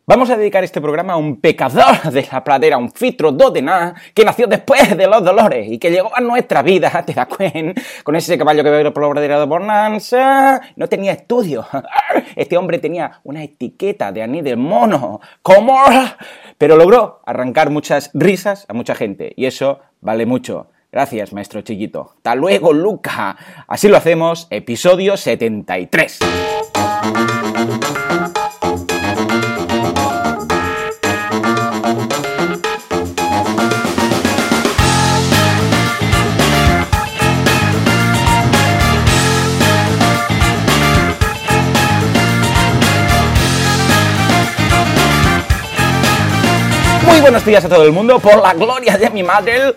Vamos a dedicar este programa a un pecador de la pradera, un filtro dodená que nació después de los dolores y que llegó a nuestra vida, te das cuenta, con ese caballo que veo por la pradera de Bonanza. No tenía estudios. Este hombre tenía una etiqueta de anís del mono. ¿Cómo? Pero logró arrancar muchas risas a mucha gente y eso vale mucho. Gracias, maestro chiquito. Hasta luego, Luca. Así lo hacemos, episodio 73. Muy buenos días a todo el mundo, por la gloria de mi madre.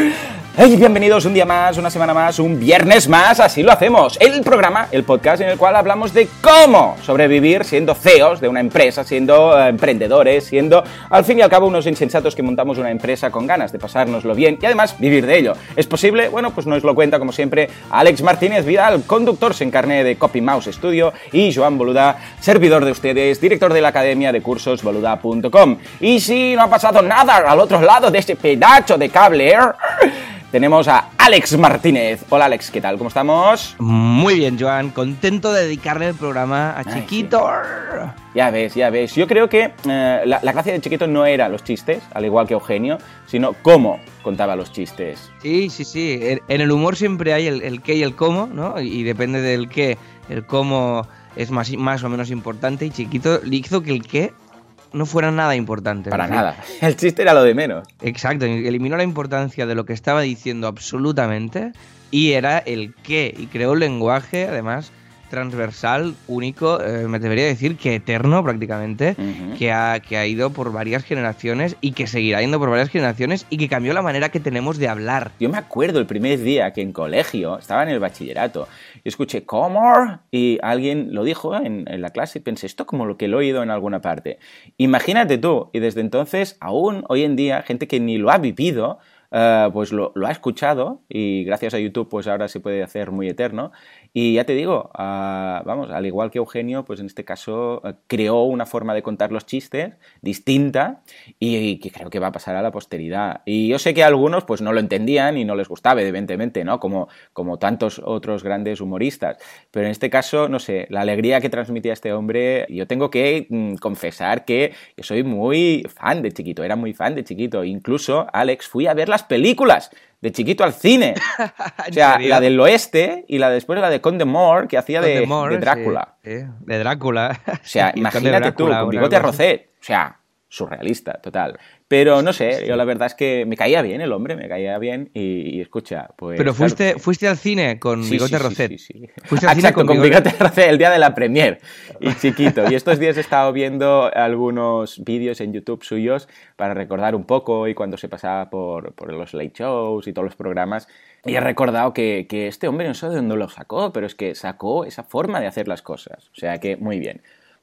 Hey, bienvenidos un día más, una semana más, un viernes más, así lo hacemos. El programa, el podcast en el cual hablamos de cómo sobrevivir siendo CEOs de una empresa, siendo emprendedores, siendo al fin y al cabo unos insensatos que montamos una empresa con ganas de pasárnoslo bien y además vivir de ello. ¿Es posible? Bueno, pues nos lo cuenta como siempre Alex Martínez Vidal, conductor sin carné de Copy Mouse Studio, y Joan Boluda, servidor de ustedes, director de la academia de cursos boluda.com. Y si no ha pasado nada al otro lado de este pedazo de cable, tenemos a Alex Martínez. Hola Alex, ¿qué tal? ¿Cómo estamos? Muy bien, Joan. Contento de dedicarle el programa a Chiquito. Sí. Ya ves. Yo creo que la gracia de Chiquito no era los chistes, al igual que Eugenio, sino cómo contaba los chistes. Sí. En el humor siempre hay el qué y el cómo, ¿no? Y depende del qué, el cómo es más o menos importante. Y Chiquito le hizo que el qué no fuera nada importante. Para nada. El chiste era lo de menos. Exacto. Eliminó la importancia de lo que estaba diciendo absolutamente y era el qué. Y creó un lenguaje, además, transversal, único, me debería decir que eterno prácticamente, que ha ido por varias generaciones y que seguirá yendo por varias generaciones y que cambió la manera que tenemos de hablar. Yo me acuerdo el primer día que en colegio, estaba en el bachillerato, y escuché ¿cómo? Y alguien lo dijo en la clase y pensé, esto como lo que lo he oído en alguna parte. Imagínate tú, y desde entonces, aún hoy en día, gente que ni lo ha vivido, pues lo ha escuchado y gracias a YouTube pues ahora se puede hacer muy eterno y ya te digo, vamos, al igual que Eugenio, pues en este caso creó una forma de contar los chistes distinta y que creo que va a pasar a la posteridad. Y yo sé que algunos pues no lo entendían y no les gustaba, evidentemente, ¿no? Como tantos otros grandes humoristas, pero en este caso, no sé, la alegría que transmitía este hombre, yo tengo que confesar que yo soy muy fan de Chiquito, era muy fan de Chiquito, incluso, Alex, fui a ver las películas de Chiquito al cine. O sea, ¿En serio? la del oeste y después la de Conde Moore, que hacía de Drácula. Sí, de Drácula. O sea, imagínate tú, con bigote a Rocet. O sea, surrealista, total. Pero no sé, yo la verdad es que me caía bien el hombre, me caía bien y escucha, pues... Pero fuiste al cine con bigote Rocet. Sí. Fuiste al cine Exacto, con bigote Rocet el día de la premier y Chiquito. Y estos días he estado viendo algunos vídeos en YouTube suyos para recordar un poco y cuando se pasaba por los late shows y todos los programas. Y he recordado que este hombre no sé de dónde lo sacó, pero es que sacó esa forma de hacer las cosas. O sea que muy bien.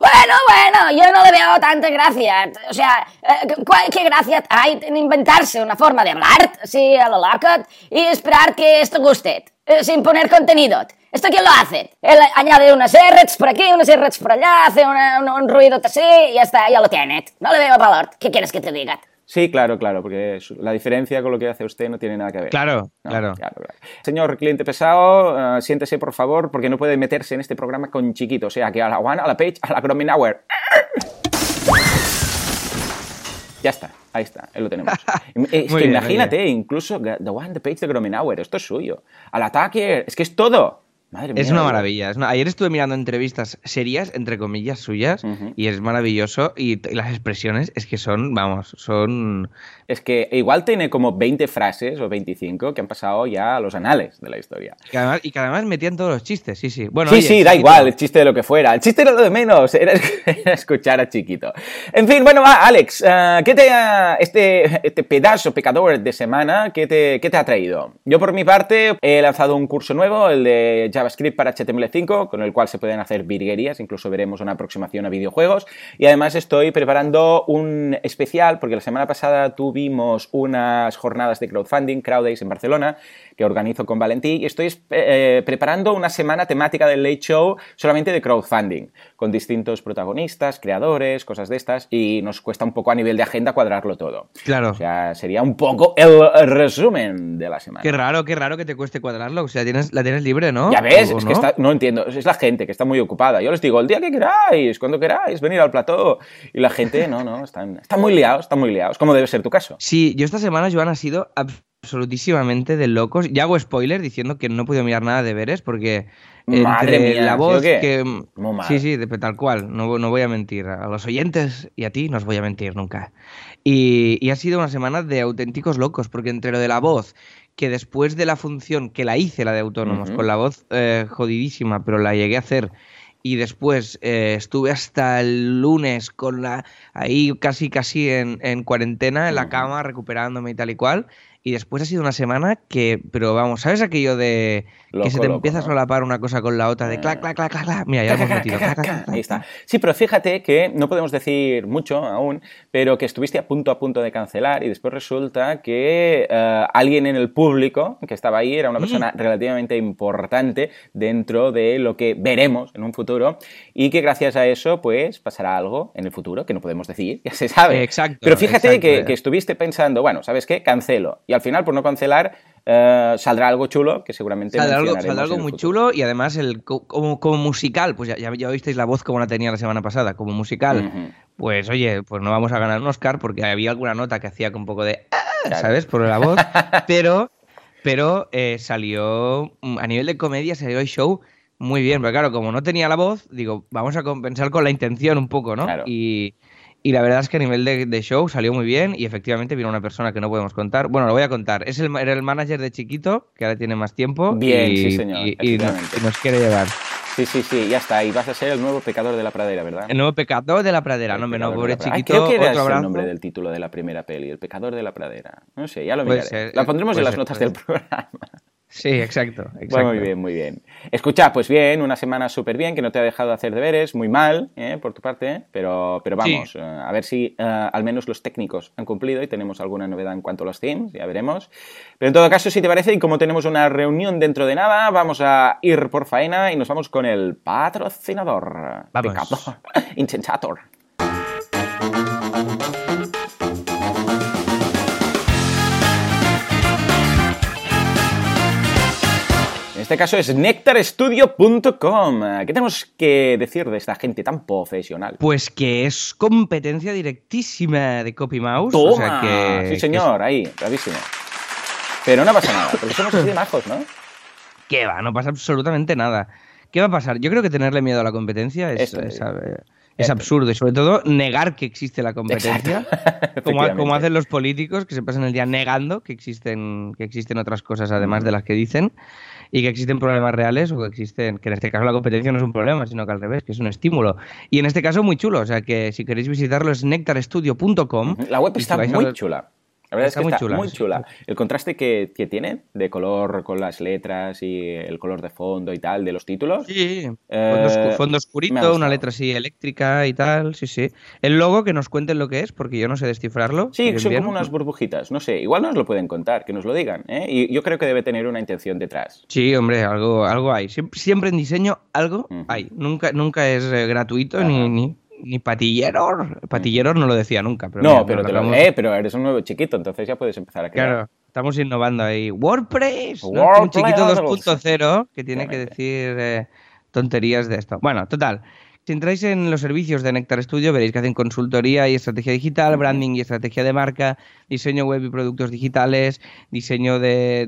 Bueno, yo no le veo tanta gracia. O sea, ¿qué gracia hay en inventarse una forma de hablar así a lo loco y esperar que esto guste, sin poner contenido? ¿Esto quién lo hace? Él añade unas R's por aquí, unas R's por allá, hace un ruido así y ya está, ya lo tiene. No le veo valor. ¿Qué quieres que te diga? Sí, claro, porque la diferencia con lo que hace usted no tiene nada que ver. Claro. Señor cliente pesado, siéntese por favor, porque no puede meterse en este programa con Chiquito. O sea, que a la One, a la Page, a la Gromenauer. Ya está, ahí está, ahí lo tenemos. Es que imagínate, incluso The One, The Page de Gromenauer, esto es suyo. Al ataque, es que es todo. Madre mía, es una maravilla. Ayer estuve mirando entrevistas serias, entre comillas, suyas, y es maravilloso. Y las expresiones es que son. Es que igual tiene como 20 frases o 25 que han pasado ya a los anales de la historia. Y que además metían todos los chistes, sí. Bueno, sí, da igual, el chiste de lo que fuera. El chiste era lo de menos, era escuchar a Chiquito. En fin, bueno, va, Alex, ¿qué este pedazo pecador de semana, qué te ha traído? Yo por mi parte he lanzado un curso nuevo, el de JavaScript para HTML5, con el cual se pueden hacer virguerías, incluso veremos una aproximación a videojuegos. Y además estoy preparando un especial, porque la semana pasada tuvimos unas jornadas de crowdfunding, Crowdays en Barcelona, que organizo con Valentí, y estoy preparando una semana temática del Late Show solamente de crowdfunding, con distintos protagonistas, creadores, cosas de estas, y nos cuesta un poco a nivel de agenda cuadrarlo todo. Claro. O sea, sería un poco el resumen de la semana. Qué raro que te cueste cuadrarlo. O sea, la tienes libre, ¿no? Ya ves, ¿O es no? que no entiendo, es la gente que está muy ocupada. Yo les digo, el día que queráis, cuando queráis, venir al plató. Y la gente, no, están muy liados, como debe ser tu caso. Sí, yo esta semana, Joan, ha sido absolutísimamente de locos. Ya hago spoiler diciendo que no he podido mirar nada de deberes porque Madre entre mía, la voz ¿sí o qué? que... Muy mal. Sí, tal cual, no voy a mentir. A los oyentes y a ti no os voy a mentir nunca. Y ha sido una semana de auténticos locos, porque entre lo de la voz, que después de la función que la hice, la de autónomos, con la voz jodidísima, pero la llegué a hacer, y después estuve hasta el lunes ahí casi en cuarentena, en la cama, recuperándome y tal y cual. Y después ha sido una semana pero vamos, ¿sabes aquello de que se te empieza a solapar una cosa con la otra? De clac, clac, clac, clac, clac. Mira, ya lo hemos metido. Clac, clac, clac, ahí está. Sí, pero fíjate que no podemos decir mucho aún, pero que estuviste a punto de cancelar y después resulta que alguien en el público que estaba ahí era una persona relativamente importante dentro de lo que veremos en un futuro y que gracias a eso pues pasará algo en el futuro que no podemos decir, ya se sabe. Exacto. Pero fíjate que estuviste pensando, bueno, ¿sabes qué? Cancelo. Y al final, por no cancelar, saldrá algo chulo que seguramente saldrá mencionaremos algo en el muy futuro. chulo y además como musical, pues ya visteis la voz como la tenía la semana pasada, como musical, pues oye, pues no vamos a ganar un Oscar porque había alguna nota que hacía con un poco de Claro. ¿sabes? Por la voz, pero salió, a nivel de comedia salió el show muy bien, pero claro, como no tenía la voz, digo, vamos a compensar con la intención un poco, ¿no? Claro. Y la verdad es que a nivel de show salió muy bien y efectivamente vino una persona que no podemos contar. Bueno, lo voy a contar. Era el manager de Chiquito, que ahora tiene más tiempo. Bien, sí, señor, Y efectivamente. nos quiere llevar. Sí, ya está. Y vas a ser el nuevo pecador de la pradera, ¿verdad? El nuevo pecador de la pradera. El No, pecador de pobre la pradera. Chiquito, Creo que era otro ese el abrazo. nombre del título de la primera peli, el pecador de la pradera. No sé, ya lo Puede miraré. ser, La pondremos en puede las ser, notas puede del programa. Sí, exacto. Muy bien. Escucha, pues bien, una semana súper bien, que no te ha dejado hacer deberes, muy mal, por tu parte, pero vamos, Sí. a ver si al menos los técnicos han cumplido y tenemos alguna novedad en cuanto a los themes, ya veremos. Pero en todo caso, si te parece, y como tenemos una reunión dentro de nada, vamos a ir por faena y nos vamos con el patrocinador. Vamos. Pecador. Incensator. En este caso es nectarstudio.com. ¿Qué tenemos que decir de esta gente tan profesional? Pues que es competencia directísima de CopyMouse. ¡Toma! O sea Sí, señor, ahí, bravísimo. Pero no pasa nada, porque somos así de majos, ¿no? ¿Qué va? No pasa absolutamente nada. ¿Qué va a pasar? Yo creo que tenerle miedo a la competencia es absurdo y sobre todo negar que existe la competencia, como hacen los políticos que se pasan el día negando que existen otras cosas además de las que dicen y que existen problemas reales o que en este caso la competencia no es un problema, sino que al revés, que es un estímulo. Y en este caso muy chulo, o sea que si queréis visitarlo es nectarstudio.com. La web está muy chula. La verdad Está es que muy muy chula, chula. El contraste que tiene de color con las letras y el color de fondo y tal de los títulos. Sí, fondo me ha oscurito, gustado. una letra así eléctrica y tal, sí. El logo, que nos cuenten lo que es, porque yo no sé descifrarlo. Sí, son como unas burbujitas, no sé, igual nos lo pueden contar, que nos lo digan, ¿eh? Y yo creo que debe tener una intención detrás. Sí, hombre, algo hay. Siempre en diseño algo hay. Nunca es gratuito ni patillero. Patillero no lo decía nunca. Pero no, mira, pero eres un nuevo chiquito, entonces ya puedes empezar a crear. Claro, estamos innovando ahí. WordPress, ¿no? WordPress. Un chiquito 2.0 que tiene que decir tonterías de esto. Bueno, total. Si entráis en los servicios de Nectar Studio veréis que hacen consultoría y estrategia digital, branding y estrategia de marca, diseño web y productos digitales, diseño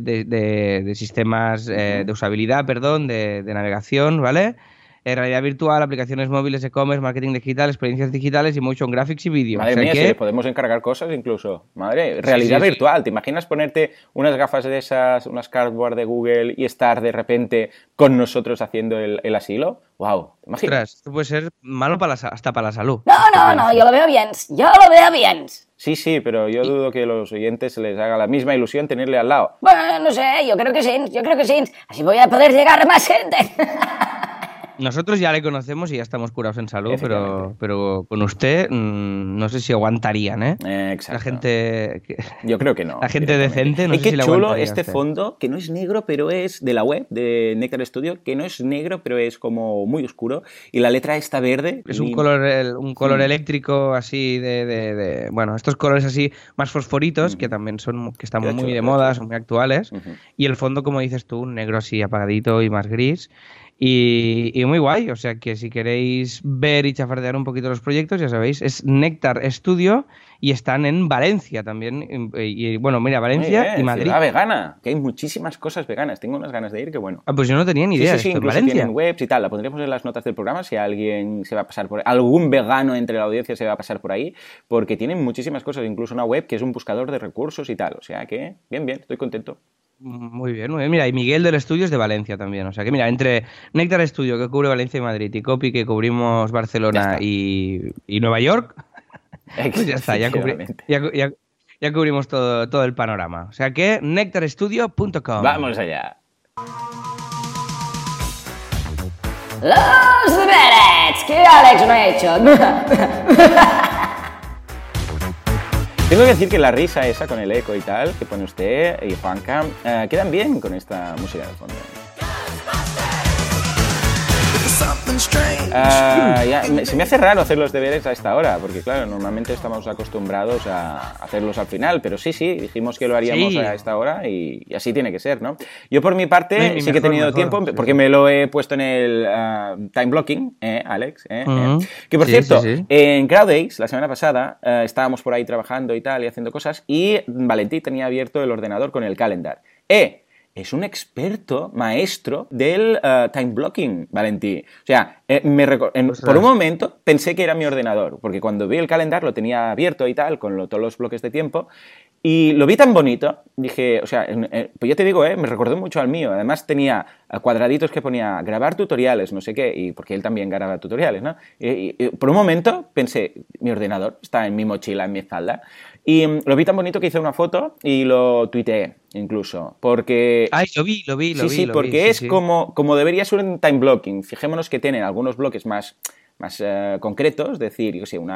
de sistemas de usabilidad, de navegación, ¿vale? Realidad virtual, aplicaciones móviles, e-commerce, marketing digital, experiencias digitales y motion graphics y vídeo. Madre mía, si le podemos encargar cosas incluso. Madre, realidad virtual. ¿Te imaginas ponerte unas gafas de esas, unas cardboard de Google y estar de repente con nosotros haciendo el asilo? ¡Wow! ¿Te imaginas? Ostras, esto puede ser malo hasta para la salud. No, yo lo veo bien. Sí, pero yo dudo que a los oyentes se les haga la misma ilusión tenerle al lado. Bueno, no sé, yo creo que sí. Así voy a poder llegar a más gente. Nosotros ya le conocemos y ya estamos curados en salud, pero con usted no sé si aguantarían, ¿eh? Exacto. La gente... Yo creo que no. La gente decente, no sé si le chulo aguantaría este usted. fondo, que no es negro, pero es de la web, de Nectar Studio, que no es negro, pero es como muy oscuro. Y la letra está verde. Es un color eléctrico así bueno, estos colores así más fosforitos que también están Queda muy chulo, de queda moda, chulo. son muy actuales. Y el fondo, como dices tú, un negro así apagadito y más gris. Y muy guay, o sea que si queréis ver y chafardear un poquito los proyectos, ya sabéis, es Nectar Studio y están en Valencia también. Y bueno, mira, Valencia y Madrid. Ciudad vegana, que hay muchísimas cosas veganas. Tengo unas ganas de ir que bueno. Ah, pues yo no tenía ni idea de Sí, esto en incluso Valencia. tienen webs y tal. La pondremos en las notas del programa si alguien se va a pasar por ahí. Algún vegano entre la audiencia se va a pasar por ahí, porque tienen muchísimas cosas, incluso una web que es un buscador de recursos y tal. O sea que, bien, estoy contento. Muy bien, muy bien. Mira, y Miguel del Estudio es de Valencia también. O sea que mira, entre Nectar Studio, que cubre Valencia y Madrid, y Copy, que cubrimos Barcelona y Nueva York, pues ya está, ya cubrimos todo el panorama. O sea que nectarstudio.com. Vamos allá. Los deberes que Alex no ha hecho. Tengo que decir que la risa esa con el eco y tal, que pone usted y Juanca, quedan bien con esta música de fondo. Se me hace raro hacer los deberes a esta hora, porque claro, normalmente estamos acostumbrados a hacerlos al final, pero sí, dijimos que lo haríamos a esta hora y así tiene que ser, ¿no? Yo por mi parte sí que he tenido tiempo, porque me lo he puesto en el time blocking, Alex. Que por cierto, en CrowdAce, la semana pasada, estábamos por ahí trabajando y tal, y haciendo cosas, y Valentí tenía abierto el ordenador con el calendar. Es un experto, maestro del time blocking, Valentí. O sea, por un momento pensé que era mi ordenador, porque cuando vi el calendar lo tenía abierto y tal, con todos los bloques de tiempo, y lo vi tan bonito, dije, o sea, pues ya te digo, me recordó mucho al mío. Además tenía cuadraditos que ponía grabar tutoriales, no sé qué, y porque él también graba tutoriales, ¿no? Y por un momento pensé, mi ordenador está en mi mochila, en mi espalda. Y lo vi tan bonito que hice una foto y lo tuiteé incluso, porque... Ay, lo vi. Porque es como debería ser un time blocking. Fijémonos que tienen algunos bloques más concretos, es decir,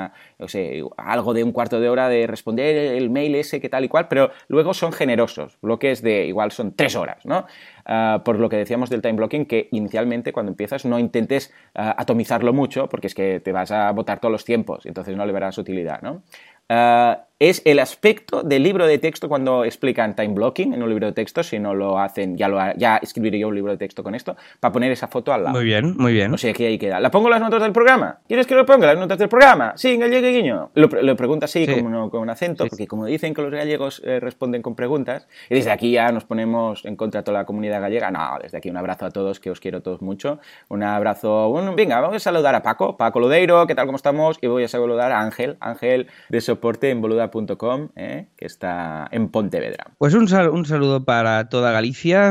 algo de un cuarto de hora de responder el mail ese que tal y cual, pero luego son generosos, bloques de igual son 3 horas, ¿no? Por lo que decíamos del time blocking, que inicialmente cuando empiezas no intentes atomizarlo mucho, porque es que te vas a botar todos los tiempos y entonces no le verás utilidad, ¿no? Es el aspecto del libro de texto cuando explican time blocking en un libro de texto. Si no lo hacen, ya escribiré yo un libro de texto con esto para poner esa foto al lado. Muy bien. O sea que ahí queda. ¿La pongo en las notas del programa? ¿Quieres que lo ponga en las notas del programa? Sí, en gallego y guiño. Lo pregunta así, con un acento, porque como dicen que los gallegos responden con preguntas, y desde aquí ya nos ponemos en contra de toda la comunidad gallega. No, desde aquí un abrazo a todos, que os quiero todos mucho. Un abrazo. Venga, vamos a saludar a Paco Lodeiro, ¿qué tal, cómo estamos? Y voy a saludar a Ángel de soporte en boluda.com, que está en Pontevedra. Pues un saludo para toda Galicia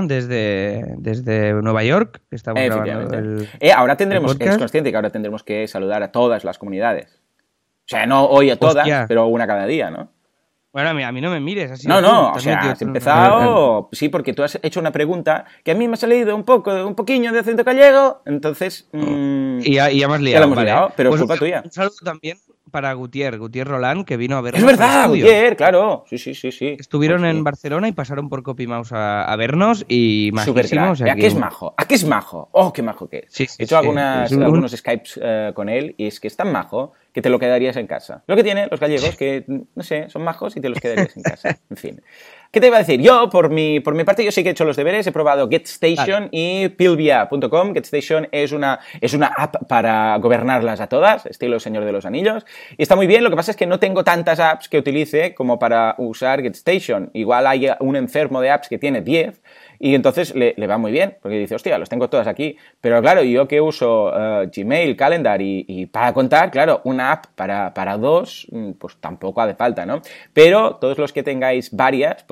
desde Nueva York, que estamos grabando ahora tendremos, es consciente que ahora tendremos que saludar a todas las comunidades. O sea, no hoy a todas, pero una cada día, ¿no? Bueno, a mí no me mires así. No, o sea, has empezado... Sí, porque tú has hecho una pregunta que a mí me ha salido un poquillo de acento gallego, entonces... Y ya me has liado. Ya lo hemos liado, pero pues culpa tuya. Un saludo también para Gutiérrez Roland, que vino a vernos. ¡Es verdad, Gutiérrez! Claro. Sí. Estuvieron en Barcelona y pasaron por CopyMouse a vernos y majísimo. O sea, ¿A qué es majo? ¿A qué es majo? ¡Oh, qué majo que es! Sí, He hecho algunos Skypes con él y es que es tan majo que te lo quedarías en casa. Lo que tienen los gallegos, que, no sé, son majos y te los quedarías en casa. En fin. ¿Qué te iba a decir? Yo, por mi parte, yo sí que he hecho los deberes. He probado GetStation y Pilvia.com. GetStation es una app para gobernarlas a todas, estilo Señor de los Anillos. Y está muy bien. Lo que pasa es que no tengo tantas apps que utilice como para usar GetStation. Igual hay un enfermo de apps que tiene 10 y entonces le va muy bien, porque dice, hostia, los tengo todas aquí. Pero claro, yo que uso Gmail, Calendar y para contar, claro, una app para dos, pues tampoco hace falta, ¿no? Pero todos los que tengáis varias, pues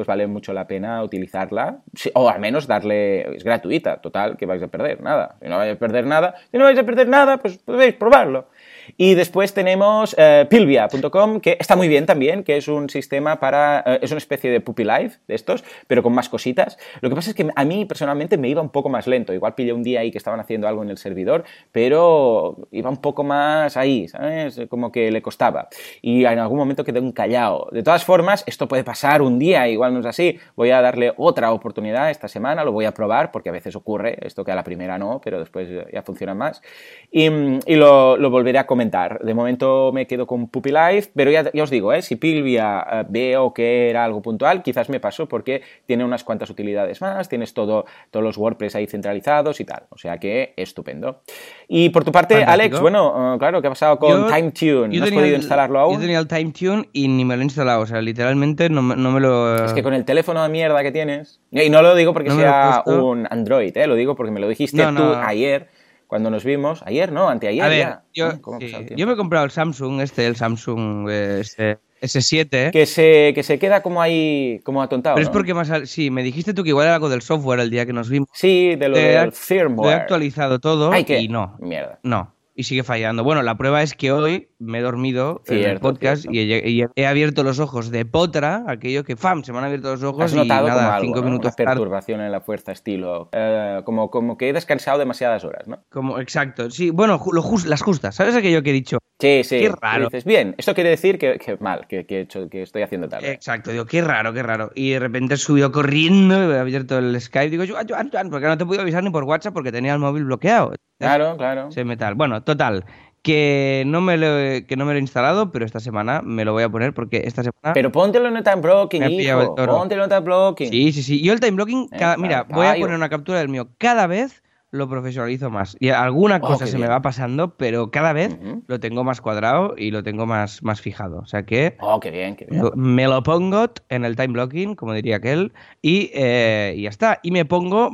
vale mucho la pena utilizarla, o al menos darle, es gratuita, total, que vais a perder nada. Si no vais a perder nada, pues podéis probarlo. Y después tenemos Pilvia.com, que está muy bien también, que es un sistema para... es una especie de Puppy Life de estos, pero con más cositas. Lo que pasa es que a mí personalmente me iba un poco más lento. Igual pillé un día ahí que estaban haciendo algo en el servidor, pero iba un poco más ahí, ¿sabes? Como que le costaba. Y en algún momento quedé un callao. De todas formas, esto puede pasar un día, igual no es así. Voy a darle otra oportunidad esta semana, lo voy a probar, porque a veces ocurre esto que a la primera no, pero después ya funciona más. Y lo volveré a comentar. De momento me quedo con Puppy Life, pero ya os digo, si Pilvia veo que era algo puntual, quizás me paso porque tiene unas cuantas utilidades más, tienes todos los WordPress ahí centralizados y tal, o sea que estupendo. Y por tu parte, fantástico. Alex, bueno, claro, ¿qué ha pasado con TimeTune? ¿No has podido instalarlo aún? Yo tenía el TimeTune y ni me lo he instalado, o sea, literalmente no me lo... Es que con el teléfono de mierda que tienes, y no lo digo porque sea un Android, lo digo porque me lo dijiste tú ayer, cuando nos vimos, ayer no, anteayer. A ver, ya. Yo me he comprado el Samsung, el Samsung S7. Que se queda como ahí, como atontado. Pero ¿no? es porque sí, me dijiste tú que igual era algo del software el día que nos vimos. Sí, de lo del firmware. Lo he actualizado todo y no. Mierda. No. Y sigue fallando. Bueno, la prueba es que hoy me he dormido en el podcast y he abierto los ojos de potra, aquello que se me han abierto los ojos. ¿Has notado y nada, como algo, 5 minutos una perturbación en la fuerza, estilo como que he descansado demasiadas horas, ¿no? Exacto, sí, bueno, las justas, ¿sabes aquello que he dicho? Sí, qué raro. Dices, bien, esto quiere decir que mal, que estoy haciendo tarde. Exacto, digo, qué raro. Y de repente he subido corriendo, he abierto el Skype, digo, Joan, porque no te he podido avisar ni por WhatsApp porque tenía el móvil bloqueado. Claro. Se me tal. Bueno, total, que no me lo he instalado, pero esta semana me lo voy a poner porque esta semana... Pero póntelo en el time blocking, hijo. Póntelo en el time blocking. Sí. Yo el time blocking, mira, voy a poner una captura del mío. Cada vez lo profesionalizo más. Y alguna cosa se me va pasando, pero cada vez lo tengo más cuadrado y lo tengo más fijado. O sea que... qué bien. Me lo pongo en el time blocking, como diría aquel, y ya está. Y me pongo,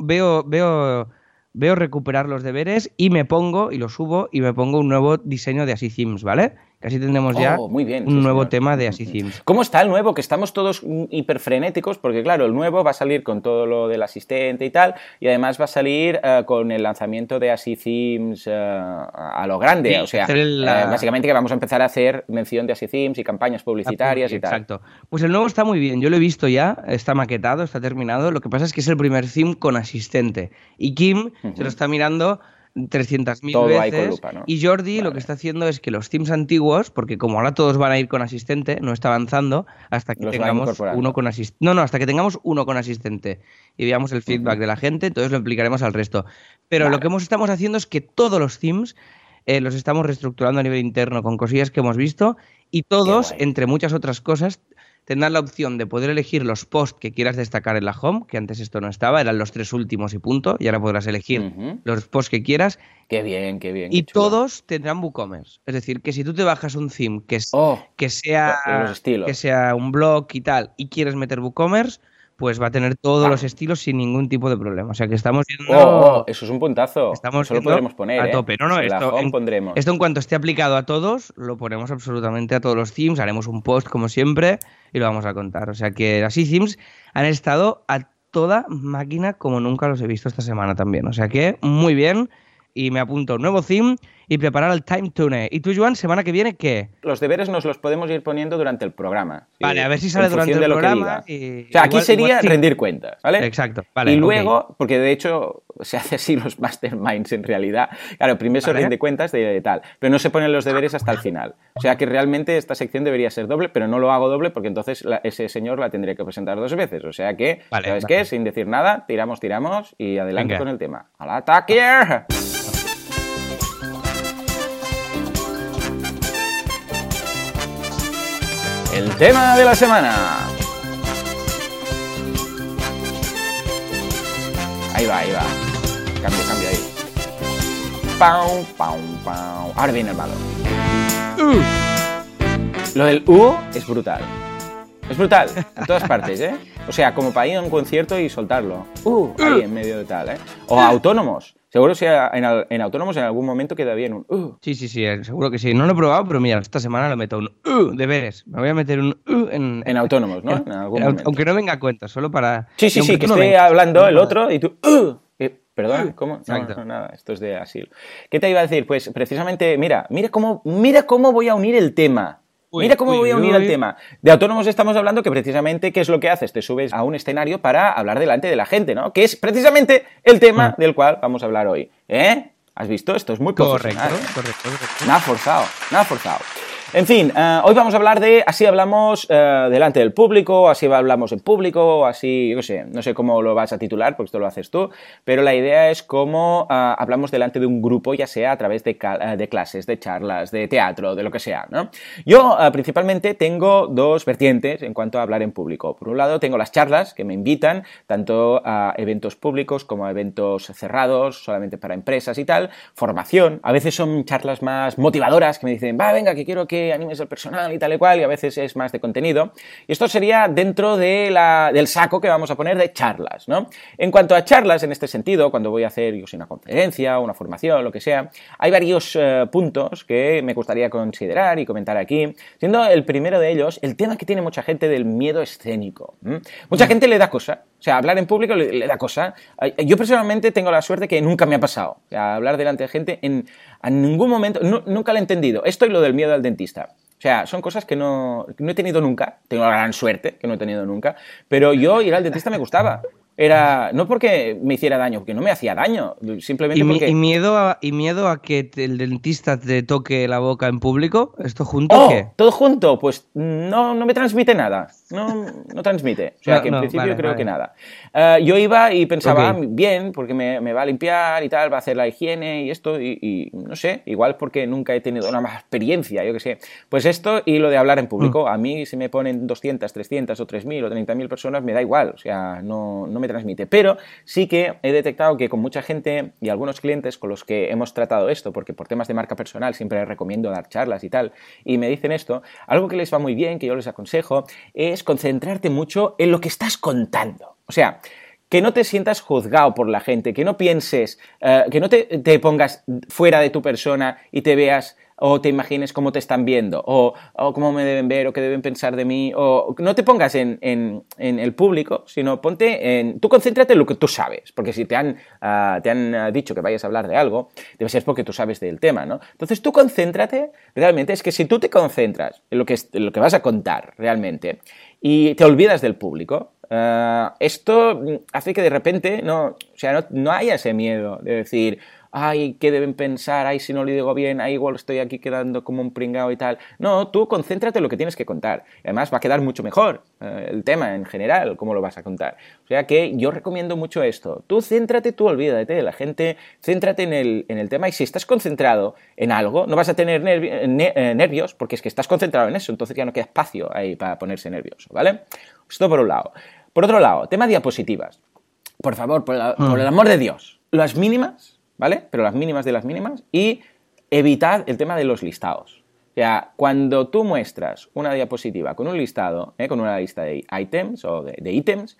veo recuperar los deberes y me pongo, y lo subo, y me pongo un nuevo diseño de Así Themes, ¿vale? Que así tendremos ya muy bien, un nuevo tema de Así Themes. ¿Cómo está el nuevo? Que estamos todos hiperfrenéticos, porque claro, el nuevo va a salir con todo lo del asistente y tal, y además va a salir con el lanzamiento de Así Themes a lo grande, sí, o sea, básicamente que vamos a empezar a hacer mención de Así Themes y campañas publicitarias y tal. Exacto. Pues el nuevo está muy bien, yo lo he visto ya, está maquetado, está terminado, lo que pasa es que es el primer theme con asistente, y Kim se lo está mirando 300.000 veces lupa, ¿no? Y Jordi lo que está haciendo es que los themes antiguos, porque como ahora todos van a ir con asistente, no está avanzando hasta que tengamos uno con asistente. No, hasta que tengamos uno con asistente y veamos el feedback de la gente, entonces lo implicaremos al resto. Pero lo que estamos haciendo es que todos los themes los estamos reestructurando a nivel interno con cosillas que hemos visto y todos, entre muchas otras cosas, tendrás la opción de poder elegir los posts que quieras destacar en la home, que antes esto no estaba, eran los 3 últimos y punto, y ahora podrás elegir los posts que quieras. Qué bien. Y todos tendrán WooCommerce. Es decir, que si tú te bajas un theme que sea un blog y tal, y quieres meter WooCommerce, pues va a tener todos los estilos sin ningún tipo de problema. O sea que estamos viendo... eso es un puntazo. Estamos eso lo podremos poner, a tope. No, pondremos. Esto en cuanto esté aplicado a todos, lo ponemos absolutamente a todos los themes, haremos un post como siempre y lo vamos a contar. O sea que Así Themes han estado a toda máquina como nunca los he visto esta semana también. O sea que muy bien. Y me apunto un nuevo theme y preparar el time tune. ¿Y tú, Joan, semana que viene qué? Los deberes nos los podemos ir poniendo durante el programa. Vale, a ver si sale durante el programa. O sea, aquí sería rendir cuentas, ¿vale? Exacto, vale. Y luego, porque de hecho se hace así los masterminds en realidad. Claro, primero se rinde cuentas de tal, pero no se ponen los deberes hasta el final. O sea que realmente esta sección debería ser doble, pero no lo hago doble porque entonces ese señor la tendría que presentar 2 veces. O sea que, ¿sabes qué? Sin decir nada, tiramos y adelante con el tema. ¡Al ataque! El tema de la semana. Ahí va. Cambio ahí. Pau. Ahora viene el malo. Lo del es brutal. Es brutal, en todas partes, O sea, como para ir a un concierto y soltarlo. Ahí en medio de tal, O autónomos. O Seguro que en autónomos en algún momento queda bien un Sí, seguro que sí. No lo he probado, pero mira, esta semana le meto un deberes. Me voy a meter un en autónomos, ¿no? En algún momento. Aunque no venga a cuenta, solo para... Sí, que esté hablando el otro y tú... ¿Perdón? ¿Cómo? No, nada, esto es de asilo. ¿Qué te iba a decir? Pues precisamente, mira cómo voy a unir el tema. Mira cómo voy a unir el tema. De autónomos estamos hablando que precisamente, ¿qué es lo que haces? Te subes a un escenario para hablar delante de la gente, ¿no? Que es precisamente el tema del cual vamos a hablar hoy. ¿Has visto? Esto es muy profesional. Correcto. Nada forzado. En fin, hoy vamos a hablar de así hablamos delante del público, así hablamos en público, así, yo sé, no sé cómo lo vas a titular, porque esto lo haces tú, pero la idea es cómo hablamos delante de un grupo, ya sea a través de clases, de charlas, de teatro, de lo que sea, ¿no? Yo principalmente tengo dos vertientes en cuanto a hablar en público. Por un lado tengo las charlas que me invitan tanto a eventos públicos como a eventos cerrados, solamente para empresas y tal, formación, a veces son charlas más motivadoras que me dicen, venga, que quiero que animes al personal y tal y cual, y a veces es más de contenido. Y esto sería dentro de del saco que vamos a poner de charlas, ¿no? En cuanto a charlas, en este sentido, cuando voy a hacer una conferencia, una formación, lo que sea, hay varios puntos que me gustaría considerar y comentar aquí, siendo el primero de ellos el tema que tiene mucha gente del miedo escénico. Mucha gente le da cosa, o sea, hablar en público le da cosa. Yo personalmente tengo la suerte que nunca me ha pasado. O sea, hablar delante de gente en ningún momento, nunca lo he entendido. Esto y lo del miedo al dentista. O sea, son cosas que no he tenido nunca. Tengo la gran suerte que no he tenido nunca. Pero yo ir al dentista me gustaba. Era no porque me hiciera daño, porque no me hacía daño, simplemente porque... ¿Y miedo a que el dentista te toque la boca en público? ¿Esto junto o qué? ¿Todo junto? Pues no me transmite nada. No transmite. O sea, que en principio creo que nada. Yo iba y pensaba, bien, porque me va a limpiar y tal, va a hacer la higiene y esto, y no sé, igual porque nunca he tenido una más experiencia, yo qué sé. Pues esto y lo de hablar en público, a mí si me ponen 200, 300 o 3.000 o 30.000 personas me da igual, o sea, no me transmite, pero sí que he detectado que con mucha gente y algunos clientes con los que hemos tratado esto, porque por temas de marca personal siempre les recomiendo dar charlas y tal, y me dicen esto, algo que les va muy bien, que yo les aconsejo, es concentrarte mucho en lo que estás contando. O sea, que no te sientas juzgado por la gente, que no pienses, que no te pongas fuera de tu persona y te veas o te imagines cómo te están viendo, o cómo me deben ver, o qué deben pensar de mí, o no te pongas en el público, sino tú concéntrate en lo que tú sabes, porque si te han dicho que vayas a hablar de algo, debe ser porque tú sabes del tema, ¿no? Entonces tú concéntrate, realmente, es que si tú te concentras en lo que vas a contar realmente, y te olvidas del público, esto hace que de repente no haya ese miedo de decir, ay, ¿qué deben pensar? Ay, si no lo digo bien, ay, igual estoy aquí quedando como un pringao y tal. No, tú concéntrate en lo que tienes que contar. Además, va a quedar mucho mejor el tema en general, cómo lo vas a contar. O sea que yo recomiendo mucho esto. Tú olvídate de la gente, céntrate en el tema y si estás concentrado en algo, no vas a tener nervios porque es que estás concentrado en eso, entonces ya no queda espacio ahí para ponerse nervioso, ¿vale? Esto por un lado. Por otro lado, tema diapositivas. Por favor, por el amor de Dios, las mínimas, ¿vale? Pero las mínimas de las mínimas y evitad el tema de los listados. O sea, cuando tú muestras una diapositiva con un listado, con una lista de ítems o de ítems,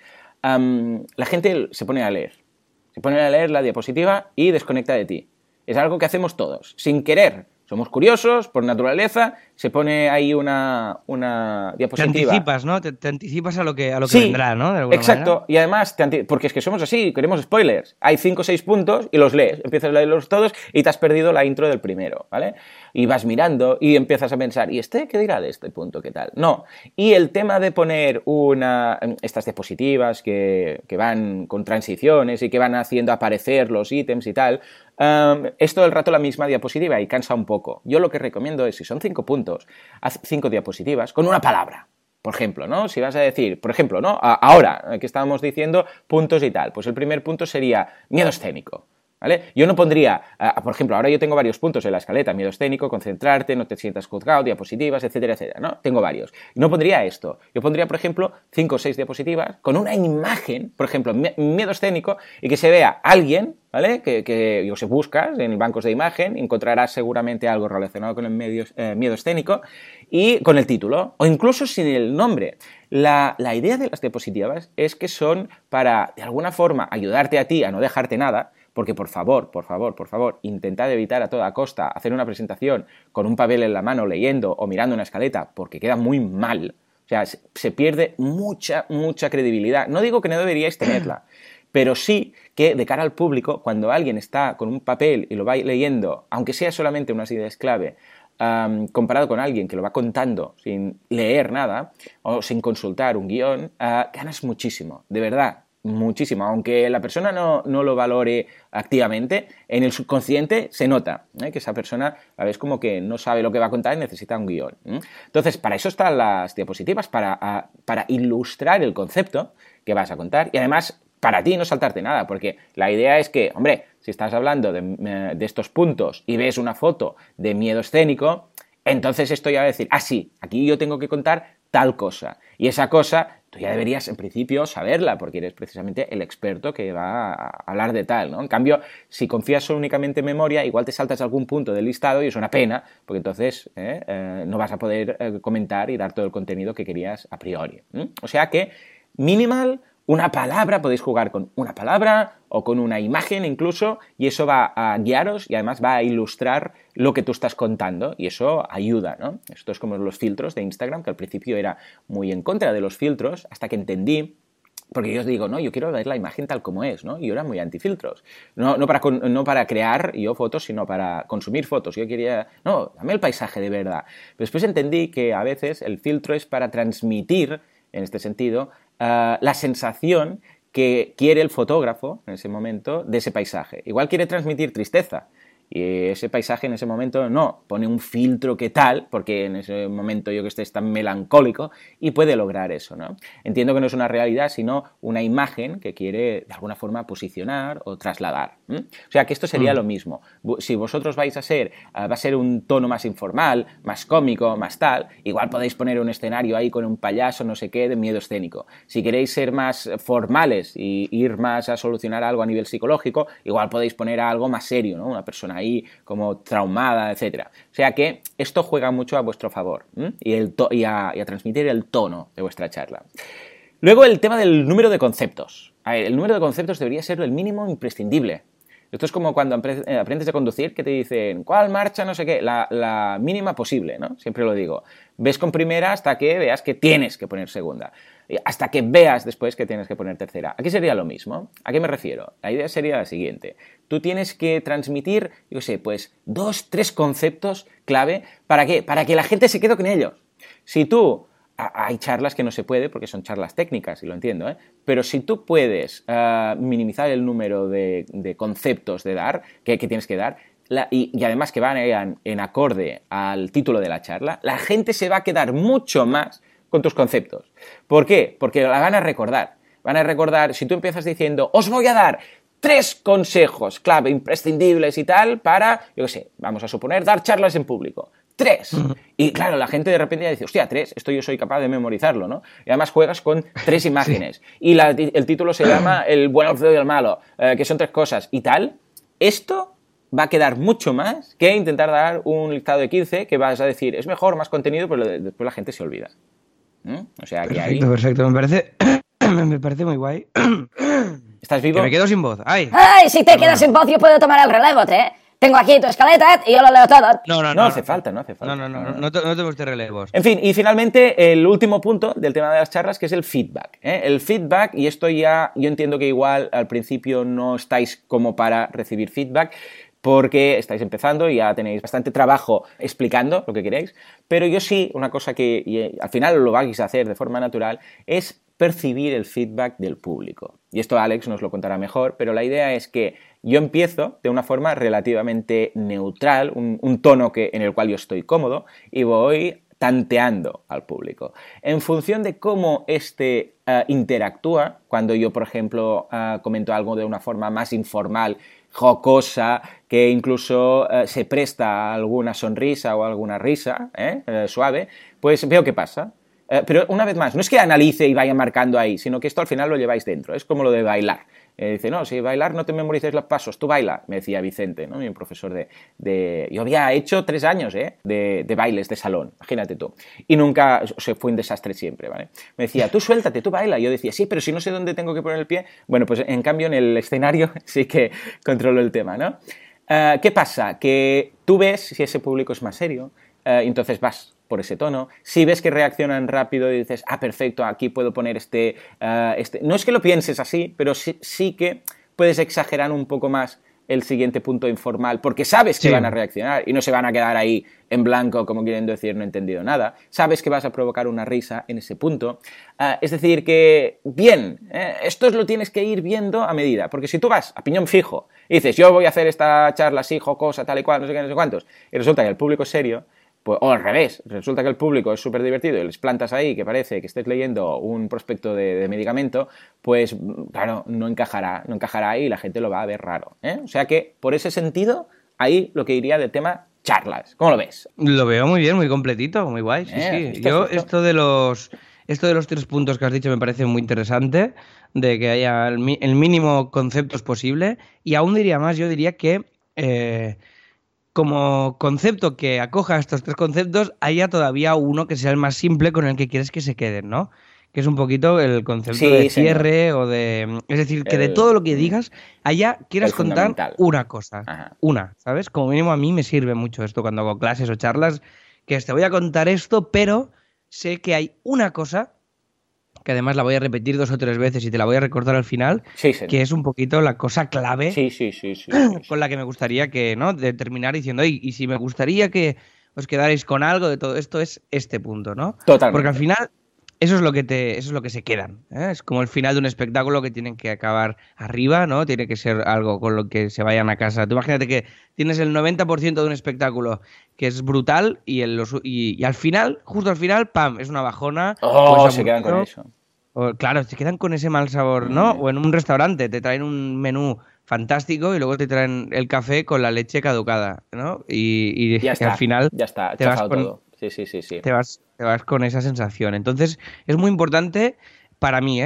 la gente se pone a leer. Se pone a leer la diapositiva y desconecta de ti. Es algo que hacemos todos, sin querer. Somos curiosos, por naturaleza, se pone ahí una diapositiva. Te anticipas, ¿no? Te anticipas a lo que sí, vendrá, ¿no? De alguna exacto. manera. Y además, porque es que somos así, queremos spoilers. Hay 5 o 6 puntos y los lees. Empiezas a leerlos todos y te has perdido la intro del primero, ¿vale? Y vas mirando y empiezas a pensar, ¿y qué dirá de este punto? ¿Qué tal? No. Y el tema de poner estas diapositivas que van con transiciones y que van haciendo aparecer los ítems y tal, es todo el rato la misma diapositiva y cansa un poco. Yo lo que recomiendo es, si son 5 puntos, haz 5 diapositivas con una palabra. Por ejemplo, ¿no? Si vas a decir, por ejemplo, ¿no? Ahora que estábamos diciendo puntos y tal, pues el primer punto sería miedo escénico. ¿Vale? Yo no pondría, por ejemplo, ahora yo tengo varios puntos en la escaleta, miedo escénico, concentrarte, no te sientas juzgado, diapositivas, etcétera, etcétera, ¿no? Tengo varios. Y no pondría esto. Yo pondría, por ejemplo, 5 o 6 diapositivas con una imagen, por ejemplo, miedo escénico, y que se vea alguien, ¿vale? Que yo sé, buscas en bancos de imagen, encontrarás seguramente algo relacionado con el miedo escénico y con el título, o incluso sin el nombre. La idea de las diapositivas es que son para, de alguna forma, ayudarte a ti a no dejarte nada, porque por favor, intentad evitar a toda costa hacer una presentación con un papel en la mano leyendo o mirando una escaleta, porque queda muy mal. O sea, se pierde mucha credibilidad. No digo que no deberíais tenerla, pero sí que de cara al público, cuando alguien está con un papel y lo va leyendo, aunque sea solamente unas ideas clave, comparado con alguien que lo va contando sin leer nada o sin consultar un guión, ganas muchísimo, de verdad, muchísimo. Aunque la persona no lo valore activamente, en el subconsciente se nota que esa persona, a veces, como que no sabe lo que va a contar y necesita un guión. Entonces, para eso están las diapositivas, para ilustrar el concepto que vas a contar y además para ti no saltarte nada, porque la idea es que, hombre, si estás hablando de estos puntos y ves una foto de miedo escénico, entonces esto ya va a decir, sí, aquí yo tengo que contar tal cosa. Y esa cosa, tú ya deberías, en principio, saberla, porque eres precisamente el experto que va a hablar de tal, ¿no? En cambio, si confías únicamente en memoria, igual te saltas algún punto del listado y es una pena, porque entonces no vas a poder comentar y dar todo el contenido que querías a priori. O sea que, minimal, una palabra, podéis jugar con una palabra o con una imagen incluso, y eso va a guiaros y además va a ilustrar lo que tú estás contando y eso ayuda, ¿no? Esto es como los filtros de Instagram, que al principio era muy en contra de los filtros, hasta que entendí, porque yo os digo, no, yo quiero ver la imagen tal como es, ¿no? Y yo era muy antifiltros. No para crear yo fotos, sino para consumir fotos. Yo quería, no, dame el paisaje de verdad. Pero después entendí que a veces el filtro es para transmitir, en este sentido, la sensación que quiere el fotógrafo en ese momento de ese paisaje. Igual quiere transmitir tristeza y ese paisaje en ese momento no, pone un filtro que tal, porque en ese momento yo que esté tan melancólico y puede lograr eso, ¿no? Entiendo que no es una realidad, sino una imagen que quiere de alguna forma posicionar o trasladar. O sea que esto sería lo mismo. Si vosotros va a ser un tono más informal, más cómico, más tal, igual podéis poner un escenario ahí con un payaso, no sé qué, de miedo escénico. Si queréis ser más formales y ir más a solucionar algo a nivel psicológico, igual podéis poner algo más serio, ¿no? Una persona ahí como traumada, etcétera. O sea que esto juega mucho a vuestro favor y a transmitir el tono de vuestra charla. Luego el tema del número de conceptos. A ver, el número de conceptos debería ser el mínimo imprescindible. Esto es como cuando aprendes a conducir, que te dicen, ¿cuál marcha? No sé qué, la mínima posible, ¿no? Siempre lo digo. Ves con primera hasta que veas que tienes que poner segunda. Hasta que veas después que tienes que poner tercera. Aquí sería lo mismo. ¿A qué me refiero? La idea sería la siguiente. Tú tienes que transmitir, yo sé, pues 2, 3 conceptos clave. ¿Para qué? Para que la gente se quede con ellos. Si tú... Hay charlas que no se puede porque son charlas técnicas, y lo entiendo, ¿eh? Pero si tú puedes minimizar el número de conceptos que tienes que dar, y además que van en acorde al título de la charla, la gente se va a quedar mucho más con tus conceptos. ¿Por qué? Porque la van a recordar. Van a recordar, si tú empiezas diciendo, os voy a dar 3 consejos clave, imprescindibles y tal, para, yo qué sé, vamos a suponer, dar charlas en público. 3. Y claro, la gente de repente ya dice, hostia, 3, esto yo soy capaz de memorizarlo, ¿no? Y además juegas con 3 imágenes. Sí. Y el título se llama El bueno, el feo y el malo, que son 3 cosas y tal. Esto va a quedar mucho más que intentar dar un listado de 15 que vas a decir, es mejor, más contenido, pero después la gente se olvida. O sea, que ahí... Perfecto, me parece muy guay. ¿Estás vivo? Que me quedo sin voz. ¡Ay! Si te quedas sin voz, yo puedo tomar el relevo, ¿eh? Tengo aquí tu escaleta y yo lo leo todo. No hace falta. No tengo este relevos. En fin, y finalmente el último punto del tema de las charlas, que es el feedback. El feedback, y esto ya, yo entiendo que igual al principio no estáis como para recibir feedback, porque estáis empezando y ya tenéis bastante trabajo explicando lo que queréis, pero yo sí, una cosa que al final lo vais a hacer de forma natural, es percibir el feedback del público. Y esto Alex nos lo contará mejor, pero la idea es que yo empiezo de una forma relativamente neutral, un tono en el cual yo estoy cómodo, y voy tanteando al público. En función de cómo interactúa, cuando yo, por ejemplo, comento algo de una forma más informal, jocosa, que incluso se presta a alguna sonrisa o alguna risa suave, pues veo qué pasa. Pero una vez más, no es que analice y vaya marcando ahí, sino que esto al final lo lleváis dentro. Es como lo de bailar. Dice, no, si bailar no te memorices los pasos, tú baila, me decía Vicente, ¿no? Mi profesor Yo había hecho 3 años, de bailes de salón, imagínate tú. Y nunca, o sea, fue un desastre siempre, ¿vale? Me decía, tú suéltate, tú baila. Y yo decía, sí, pero si no sé dónde tengo que poner el pie. Bueno, pues en cambio en el escenario sí que controlo el tema, ¿no? ¿Qué pasa? Que tú ves si ese público es más serio, entonces vas por ese tono. Si ves que reaccionan rápido y dices, perfecto, aquí puedo poner este. No es que lo pienses así, pero sí que puedes exagerar un poco más el siguiente punto informal, porque sabes que van a reaccionar y no se van a quedar ahí en blanco, como queriendo decir, no he entendido nada. Sabes que vas a provocar una risa en ese punto. Es decir, que, bien, esto lo tienes que ir viendo a medida, porque si tú vas a piñón fijo y dices, yo voy a hacer esta charla así, jocosa, tal y cual, no sé qué, no sé cuántos, y resulta que el público es serio, pues, o al revés, resulta que el público es súper divertido y les plantas ahí que parece que estés leyendo un prospecto de medicamento, pues claro, no encajará ahí y la gente lo va a ver raro, ¿eh? O sea que, por ese sentido, ahí lo que diría del tema charlas. ¿Cómo lo ves? Lo veo muy bien, muy completito, muy guay, sí. Yo esto de los 3 puntos que has dicho me parece muy interesante, de que haya el mínimo conceptos posible, y aún diría más, yo diría que como concepto que acoja estos 3 conceptos, haya todavía uno que sea el más simple con el que quieres que se queden, ¿no? Que es un poquito el concepto de cierre o de... Es decir, que de todo lo que digas, quieras contar una cosa. Ajá. Una, ¿sabes? Como mínimo a mí me sirve mucho esto cuando hago clases o charlas, que te voy a contar esto, pero sé que hay una cosa que además la voy a repetir 2 o 3 veces y te la voy a recordar al final, que es un poquito la cosa clave con la que me gustaría que, ¿no? De terminar diciendo, y si me gustaría que os quedarais con algo de todo esto, es este punto, ¿no? Totalmente. Porque al final eso es lo que se quedan, ¿eh? Es como el final de un espectáculo que tienen que acabar arriba, ¿no? Tiene que ser algo con lo que se vayan a casa. Tú imagínate que tienes el 90% de un espectáculo que es brutal y al final, justo al final, ¡pam!, es una bajona. Pues se quedan con eso. Claro, se quedan con ese mal sabor, ¿no? O en un restaurante te traen un menú fantástico y luego te traen el café con la leche caducada, ¿no? Y al final ya está, te vas con todo. Sí. Te vas con esa sensación. Entonces, es muy importante para mí,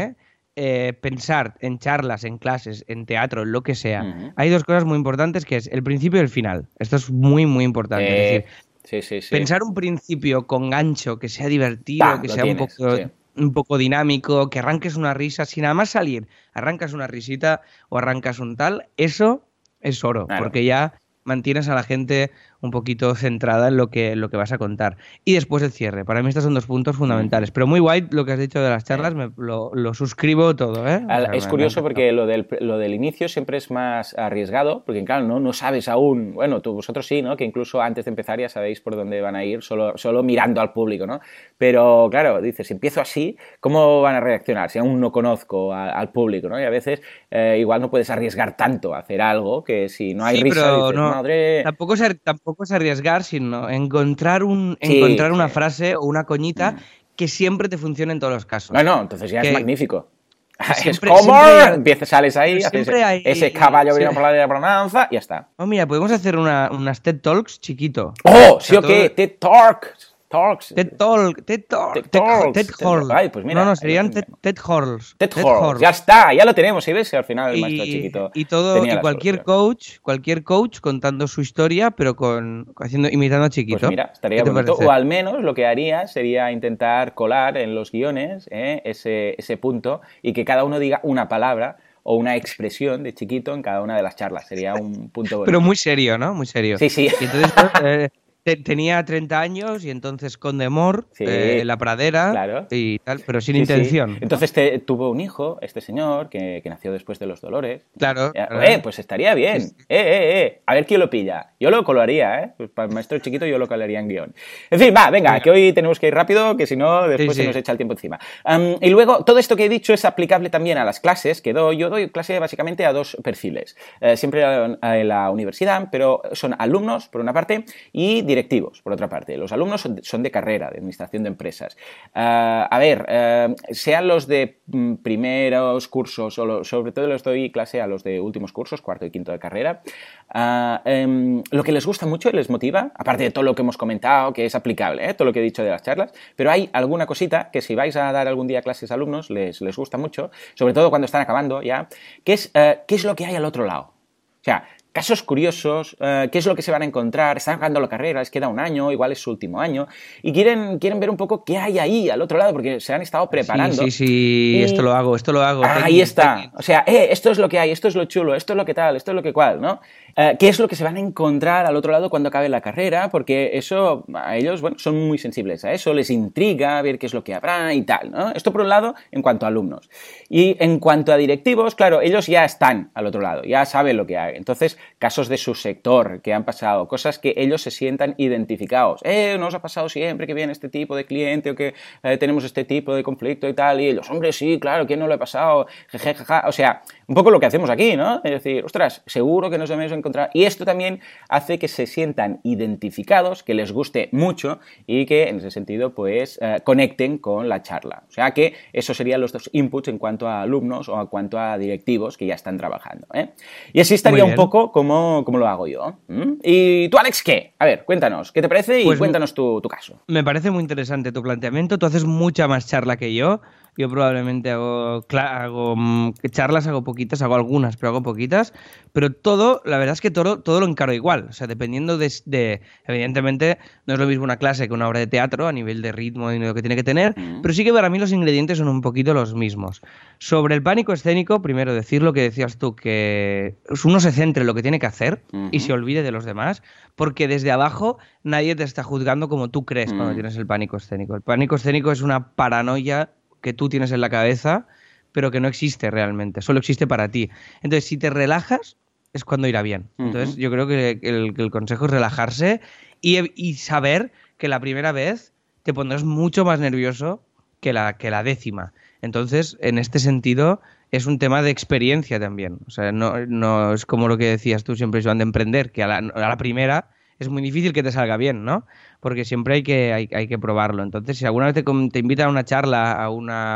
pensar en charlas, en clases, en teatro, en lo que sea. Uh-huh. Hay 2 cosas muy importantes, que es el principio y el final. Esto es muy, muy importante. Es decir, pensar un principio con gancho, que sea divertido, que sea un poco dinámico, que arranques una risa, sin nada más salir, arrancas una risita o arrancas un tal, eso es oro, claro. Porque ya mantienes a la gente un poquito centrada en lo que vas a contar. Y después el cierre. Para mí estos son 2 puntos fundamentales. Pero muy guay lo que has dicho de las charlas, lo suscribo todo, ¿eh? Es curioso porque lo del inicio siempre es más arriesgado, porque claro, no sabes aún, bueno, vosotros sí, ¿no? Que incluso antes de empezar ya sabéis por dónde van a ir, solo mirando al público, ¿no? Pero claro, dices, empiezo así, ¿cómo van a reaccionar? Si aún no conozco al público, ¿no? Y a veces igual no puedes arriesgar tanto a hacer algo que si no hay risa, dices, madre... Tampoco es arriesgar, sino encontrar una frase o una coñita que siempre te funcione en todos los casos. Bueno, entonces ya es magnífico. Es como sales ahí, haces ese caballo viene por la bonanza y ya está. Oh, mira, podemos hacer unas TED Talks chiquito. ¡Oh! ¿Sí o qué? TED Talks. TED Halls. Ay, pues mira. No, serían TED Halls. TED Halls. Ya está, ya lo tenemos. ¿Sí ves? Al final el maestro chiquito. Y cualquier coach contando su historia, pero imitando a Chiquito. Pues mira, estaría bonito. O al menos lo que haría sería intentar colar en los guiones ese punto y que cada uno diga una palabra o una expresión de Chiquito en cada una de las charlas. Sería un punto bonito. Pero muy serio, ¿no? Muy serio. Sí. Y entonces... Tenía 30 años y entonces Condemor, La Pradera, claro. Y tal, pero sin intención. Sí. Entonces tuvo un hijo, este señor, que nació después de los Dolores. Claro. Pues estaría bien. A ver quién lo pilla. Yo lo colaría, ¿eh? Pues para el maestro Chiquito yo lo colaría en guión. En fin, venga, que hoy tenemos que ir rápido, que si no, después se nos echa el tiempo encima. Y luego, todo esto que he dicho es aplicable también a las clases que doy. Yo doy clase básicamente a 2 perfiles. Siempre en la universidad, pero son alumnos, por una parte, y directores directivos, por otra parte. Los alumnos son de carrera, de administración de empresas. Sean los de primeros cursos, sobre todo les doy clase a los de últimos cursos, cuarto y quinto de carrera, lo que les gusta mucho y les motiva, aparte de todo lo que hemos comentado, que es aplicable, todo lo que he dicho de las charlas, pero hay alguna cosita que si vais a dar algún día clases a alumnos les gusta mucho, sobre todo cuando están acabando ya, que es qué es lo que hay al otro lado. O sea, casos curiosos, qué es lo que se van a encontrar, están acabando la carrera, les queda un año, igual es su último año, y quieren ver un poco qué hay ahí al otro lado, porque se han estado preparando. Sí, y... esto lo hago. Ahí está. O sea, esto es lo que hay, esto es lo chulo, esto es lo que tal, esto es lo que cual, ¿no? ¿Qué es lo que se van a encontrar al otro lado cuando acabe la carrera? Porque eso, a ellos, bueno, son muy sensibles a eso, les intriga ver qué es lo que habrá y tal, ¿no? Esto por un lado, en cuanto a alumnos. Y en cuanto a directivos, claro, ellos ya están al otro lado, ya saben lo que hay. Entonces, casos de su sector que han pasado, cosas que ellos se sientan identificados. ¿Nos ha pasado siempre que viene este tipo de cliente o que tenemos este tipo de conflicto y tal? Y ellos, hombre, sí, claro, ¿quién no lo ha pasado? Jeje, jaja. O sea, un poco lo que hacemos aquí, ¿no? Es decir, ostras, seguro que nos hemos encontrado. Y esto también hace que se sientan identificados, que les guste mucho y que, en ese sentido, pues, conecten con la charla. O sea que esos serían los dos inputs en cuanto a alumnos o en cuanto a directivos que ya están trabajando, ¿eh? Y así estaría un poco como lo hago yo. ¿Y tú, Alex, qué? A ver, cuéntanos, ¿qué te parece? Y pues cuéntanos tu caso. Me parece muy interesante tu planteamiento. Tú haces mucha más charla que yo. Yo probablemente hago charlas, hago poquitas, hago algunas, pero hago poquitas. Pero todo, la verdad es que todo lo encaro igual. O sea, dependiendo evidentemente, no es lo mismo una clase que una obra de teatro a nivel de ritmo y de lo que tiene que tener, pero sí que para mí los ingredientes son un poquito los mismos. Sobre el pánico escénico, primero decir lo que decías tú, que uno se centre en lo que tiene que hacer y se olvide de los demás, porque desde abajo nadie te está juzgando como tú crees cuando tienes el pánico escénico. El pánico escénico es una paranoia que tú tienes en la cabeza, pero que no existe realmente, solo existe para ti. Entonces, si te relajas, es cuando irá bien. Entonces, yo creo que el consejo es relajarse y saber que la primera vez te pondrás mucho más nervioso que la décima. Entonces, en este sentido, es un tema de experiencia también. O sea, no es como lo que decías tú siempre, Joan, de emprender, que a la primera es muy difícil que te salga bien, ¿no? Porque siempre hay que probarlo. Entonces, si alguna vez te invitan a una charla, a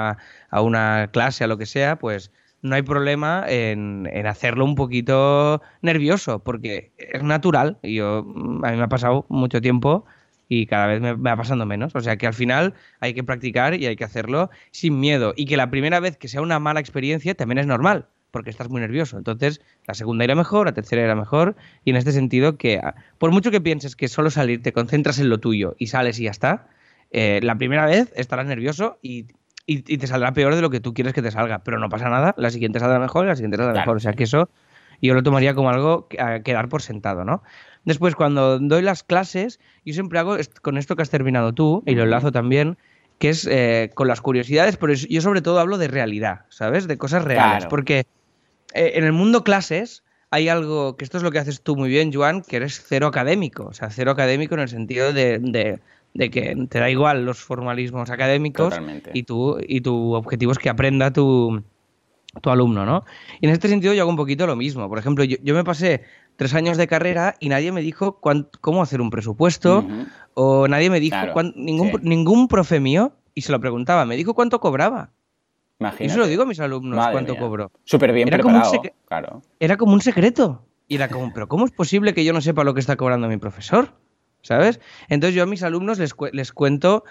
una clase, a lo que sea, pues no hay problema en hacerlo un poquito nervioso, porque es natural. A mí me ha pasado mucho tiempo y cada vez me va pasando menos. O sea que al final hay que practicar y hay que hacerlo sin miedo. Y que la primera vez que sea una mala experiencia también es normal, porque estás muy nervioso. Entonces, la segunda irá mejor, la tercera irá mejor, y en este sentido que, por mucho que pienses que solo salir te concentras en lo tuyo y sales y ya está, la primera vez estarás nervioso y te saldrá peor de lo que tú quieres que te salga, pero no pasa nada, la siguiente saldrá mejor y la siguiente saldrá mejor. O sea que eso yo lo tomaría como algo que dar por sentado, ¿no? Después, cuando doy las clases, yo siempre hago con esto que has terminado tú, y lo enlazo también, que es con las curiosidades, pero yo sobre todo hablo de realidad, ¿sabes? De cosas reales, claro. Porque en el mundo clases hay algo, que esto es lo que haces tú muy bien, Joan, que eres cero académico. O sea, cero académico en el sentido de que te da igual los formalismos académicos. Totalmente. y tu objetivo es que aprenda tu alumno, ¿no? Y en este sentido yo hago un poquito lo mismo. Por ejemplo, yo me pasé 3 años de carrera y nadie me dijo cómo hacer un presupuesto, o nadie me dijo, ningún profe mío, y se lo preguntaba, me dijo cuánto cobraba. Imagínate. Y eso lo digo a mis alumnos, Madre cuánto mía. cobro. Súper bien preparado, claro. Era como un secreto. Y era como, ¿pero cómo es posible que yo no sepa lo que está cobrando mi profesor? ¿Sabes? Entonces yo a mis alumnos les cuento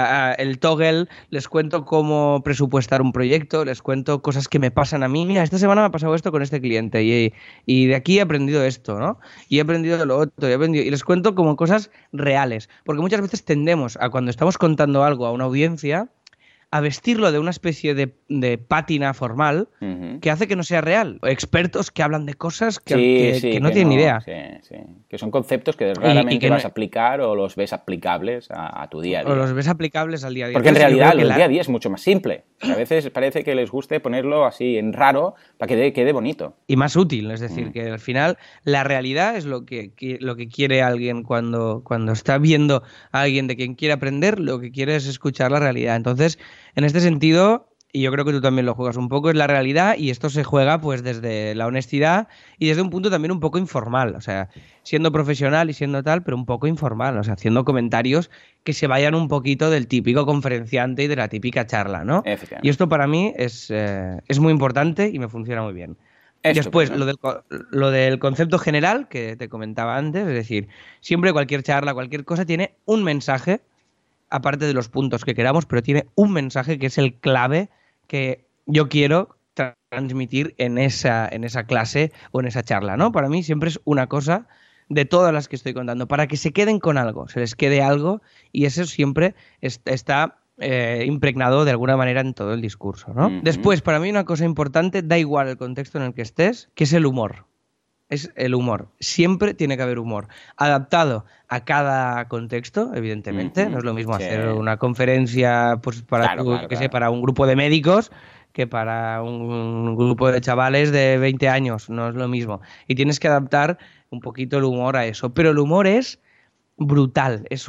el toggle, les cuento cómo presupuestar un proyecto, les cuento cosas que me pasan a mí. Mira, esta semana me ha pasado esto con este cliente y de aquí he aprendido esto, ¿no? Y he aprendido lo otro, y les cuento como cosas reales. Porque muchas veces tendemos a, cuando estamos contando algo a una audiencia, a vestirlo de una especie de pátina formal que hace que no sea real. Expertos que hablan de cosas que no tienen ni idea. Sí. Que son conceptos que raramente vas a aplicar o los ves aplicables a tu día a día. O los ves aplicables al día a día. Porque en realidad el día a día es mucho más simple. A veces parece que les guste ponerlo así en raro para que quede bonito. Y más útil, es decir, que al final la realidad es lo que quiere alguien cuando está viendo a alguien de quien quiere aprender, lo que quiere es escuchar la realidad. Entonces, en este sentido, y yo creo que tú también lo juegas un poco, es la realidad, y esto se juega pues desde la honestidad y desde un punto también un poco informal, o sea, siendo profesional y siendo tal, pero un poco informal, o sea, haciendo comentarios que se vayan un poquito del típico conferenciante y de la típica charla, ¿no? Y esto para mí es muy importante y me funciona muy bien. Después, lo del concepto general que te comentaba antes, es decir, siempre cualquier charla, cualquier cosa tiene un mensaje, aparte de los puntos que queramos, pero tiene un mensaje que es el clave que yo quiero transmitir en esa clase o en esa charla, ¿no? Para mí siempre es una cosa de todas las que estoy contando, para que se queden con algo, se les quede algo, y eso siempre está impregnado de alguna manera en todo el discurso, ¿no? Después, para mí una cosa importante, da igual el contexto en el que estés, que es el humor. Es el humor. Siempre tiene que haber humor. Adaptado a cada contexto, evidentemente. No es lo mismo hacer una conferencia pues, para un grupo de médicos que para un grupo de chavales de 20 años. No es lo mismo. Y tienes que adaptar un poquito el humor a eso. Pero el humor es brutal. Es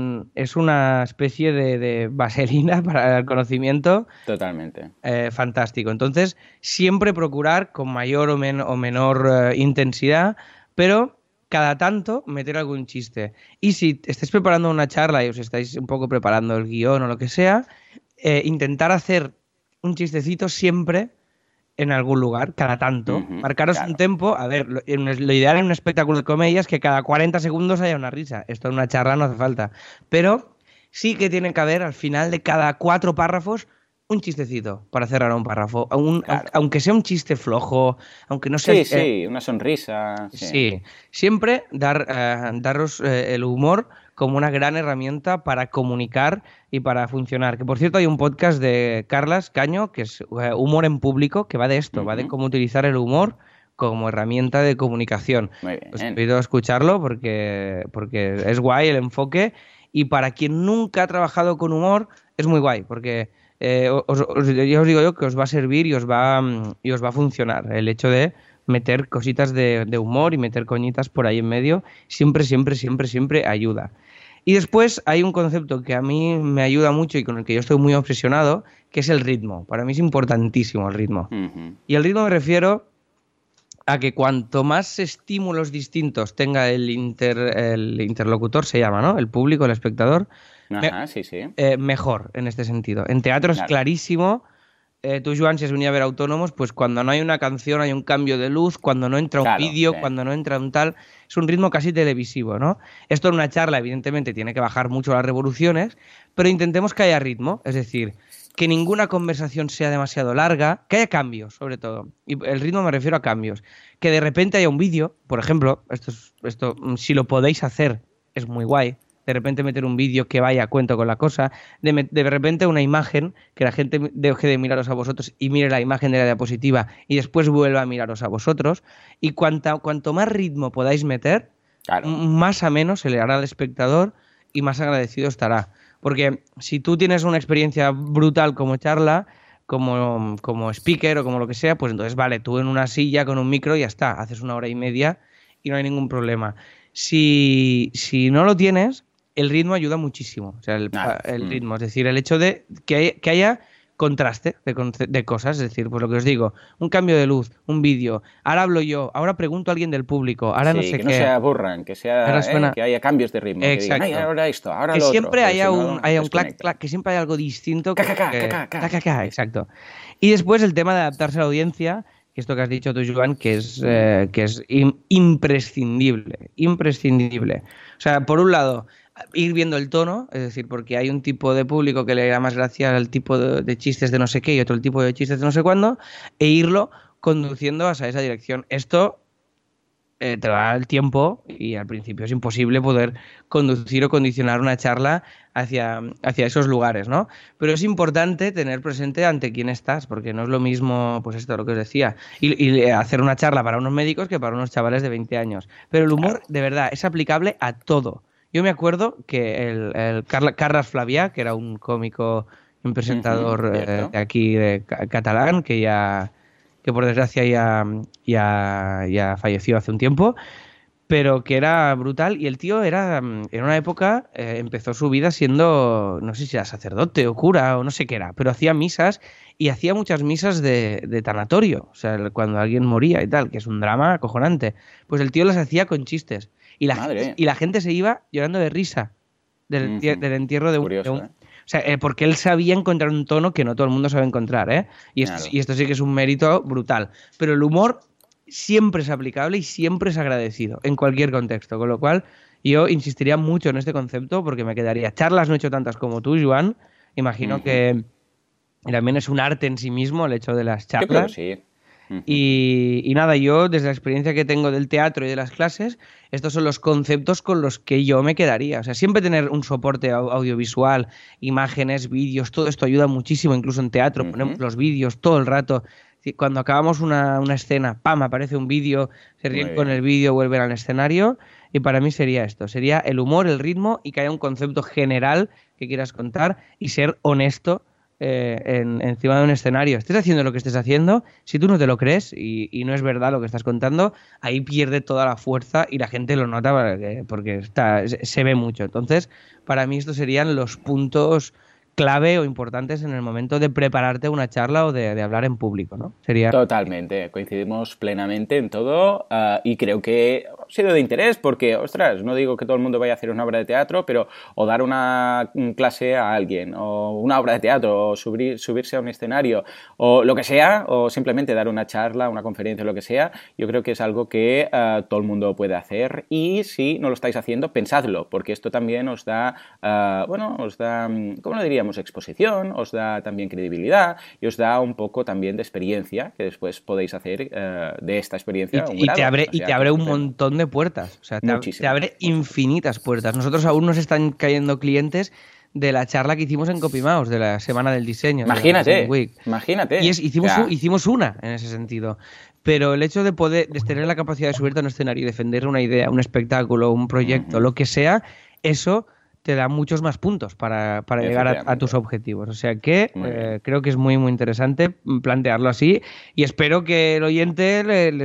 una especie de vaselina para el conocimiento. Totalmente. Fantástico. Entonces, siempre procurar con mayor o menor intensidad, pero cada tanto meter algún chiste. Y si estáis preparando una charla y os estáis un poco preparando el guión o lo que sea, intentar hacer un chistecito siempre en algún lugar, cada tanto. Marcaros un tempo. A ver, lo ideal en un espectáculo de comedia es que cada 40 segundos haya una risa. Esto en una charla no hace falta. Pero sí que tiene que haber al final de cada 4 párrafos un chistecito para cerrar un párrafo. Aunque sea un chiste flojo, aunque no sea... Sí, una sonrisa. Sí, siempre daros el humor como una gran herramienta para comunicar y para funcionar. Que por cierto hay un podcast de Carlas Caño que es Humor en Público, que va de esto, va de cómo utilizar el humor como herramienta de comunicación. Muy bien. Os pido escucharlo porque es guay el enfoque, y para quien nunca ha trabajado con humor es muy guay, porque ya os digo yo que os va a servir y os va a funcionar el hecho de meter cositas de humor y meter coñitas por ahí en medio. Siempre ayuda. Y después hay un concepto que a mí me ayuda mucho y con el que yo estoy muy obsesionado, que es el ritmo. Para mí es importantísimo el ritmo. Y el ritmo me refiero a que cuanto más estímulos distintos tenga el interlocutor, se llama, ¿no? El público, el espectador, mejor en este sentido. En teatro es clarísimo. Tú, Joan, si has venido a ver Autónomos, pues cuando no hay una canción hay un cambio de luz, cuando no entra un vídeo, cuando no entra un tal, es un ritmo casi televisivo, ¿no? Esto en una charla, evidentemente, tiene que bajar mucho las revoluciones, pero intentemos que haya ritmo, es decir, que ninguna conversación sea demasiado larga, que haya cambios, sobre todo. Y el ritmo me refiero a cambios. Que de repente haya un vídeo, por ejemplo, esto si lo podéis hacer, es muy guay. De repente meter un vídeo que vaya a cuento con la cosa, de repente una imagen, que la gente deje de miraros a vosotros y mire la imagen de la diapositiva y después vuelva a miraros a vosotros, y cuanto más ritmo podáis meter, más ameno se le hará al espectador y más agradecido estará. Porque si tú tienes una experiencia brutal como charla, como speaker o como lo que sea, pues entonces vale, tú en una silla con un micro y ya está, haces 1 hora y media y no hay ningún problema. Si no lo tienes, el ritmo ayuda muchísimo, o sea, el ritmo, es decir, el hecho de que haya contraste de cosas, es decir, pues lo que os digo, un cambio de luz, un vídeo, ahora hablo yo, ahora pregunto a alguien del público, ahora no sé qué. Que no se aburran, que haya cambios de ritmo. Exacto. Que digan, ahora esto, ahora que lo siempre otro. Haya un clac, clac, que siempre haya algo distinto. Exacto. Y después el tema de adaptarse a la audiencia, que esto que has dicho tú, Joan, que es imprescindible. O sea, por un lado, ir viendo el tono, es decir, porque hay un tipo de público que le da más gracia al tipo de chistes de no sé qué y otro tipo de chistes de no sé cuándo, e irlo conduciendo hacia esa dirección. Esto te da el tiempo y al principio es imposible poder conducir o condicionar una charla hacia esos lugares, ¿no? Pero es importante tener presente ante quién estás, porque no es lo mismo, pues esto, lo que os decía, y hacer una charla para unos médicos que para unos chavales de 20 años. Pero el humor, de verdad, es aplicable a todo. Yo me acuerdo que el Carles Flavià, que era un cómico, un presentador de aquí, de catalán, que por desgracia ya falleció hace un tiempo, pero que era brutal. Y el tío era, en una época, empezó su vida siendo, no sé si era sacerdote o cura o no sé qué era, pero hacía misas y hacía muchas misas de tanatorio, o sea, cuando alguien moría y tal, que es un drama acojonante. Pues el tío las hacía con chistes y la gente se iba llorando de risa del entierro de un... Curioso, O sea, porque él sabía encontrar un tono que no todo el mundo sabe encontrar, ¿eh? Y esto sí que es un mérito brutal. Pero el humor siempre es aplicable y siempre es agradecido, en cualquier contexto. Con lo cual, yo insistiría mucho en este concepto porque me quedaría. Charlas no he hecho tantas como tú, Joan. Imagino que también es un arte en sí mismo el hecho de las charlas. Yo creo que sí. Y nada, yo desde la experiencia que tengo del teatro y de las clases, estos son los conceptos con los que yo me quedaría. O sea, siempre tener un soporte audiovisual, imágenes, vídeos, todo esto ayuda muchísimo, incluso en teatro, ponemos los vídeos todo el rato. Cuando acabamos una escena, ¡pam!, aparece un vídeo, se ríen con el vídeo, vuelven al escenario. Y para mí sería esto, sería el humor, el ritmo y que haya un concepto general que quieras contar y ser honesto encima de un escenario. Estés haciendo lo que estés haciendo, si tú no te lo crees y no es verdad lo que estás contando, ahí pierde toda la fuerza y la gente lo nota porque se ve mucho. Entonces, para mí estos serían los puntos clave o importantes en el momento de prepararte una charla o de hablar en público, ¿no? Sería... Totalmente, coincidimos plenamente en todo y creo que ha sido de interés porque, ostras, no digo que todo el mundo vaya a hacer una obra de teatro, pero o dar una clase a alguien, o una obra de teatro, o subirse a un escenario, o lo que sea, o simplemente dar una charla, una conferencia, lo que sea, yo creo que es algo que todo el mundo puede hacer y si no lo estáis haciendo, pensadlo, porque esto también os da, ¿cómo lo diríamos? Exposición, os da también credibilidad y os da un poco también de experiencia que después podéis hacer de esta experiencia un grado. Y te abre un montón de puertas, o sea, te abre infinitas puertas. Nosotros aún nos están cayendo clientes de la charla que hicimos en CopyMouse, de la Semana del Diseño. Imagínate. Y hicimos una en ese sentido. Pero el hecho de tener la capacidad de subirte a un escenario y defender una idea, un espectáculo, un proyecto, lo que sea, eso te da muchos más puntos para llegar a tus objetivos. O sea que creo que es muy, muy interesante plantearlo así y espero que el oyente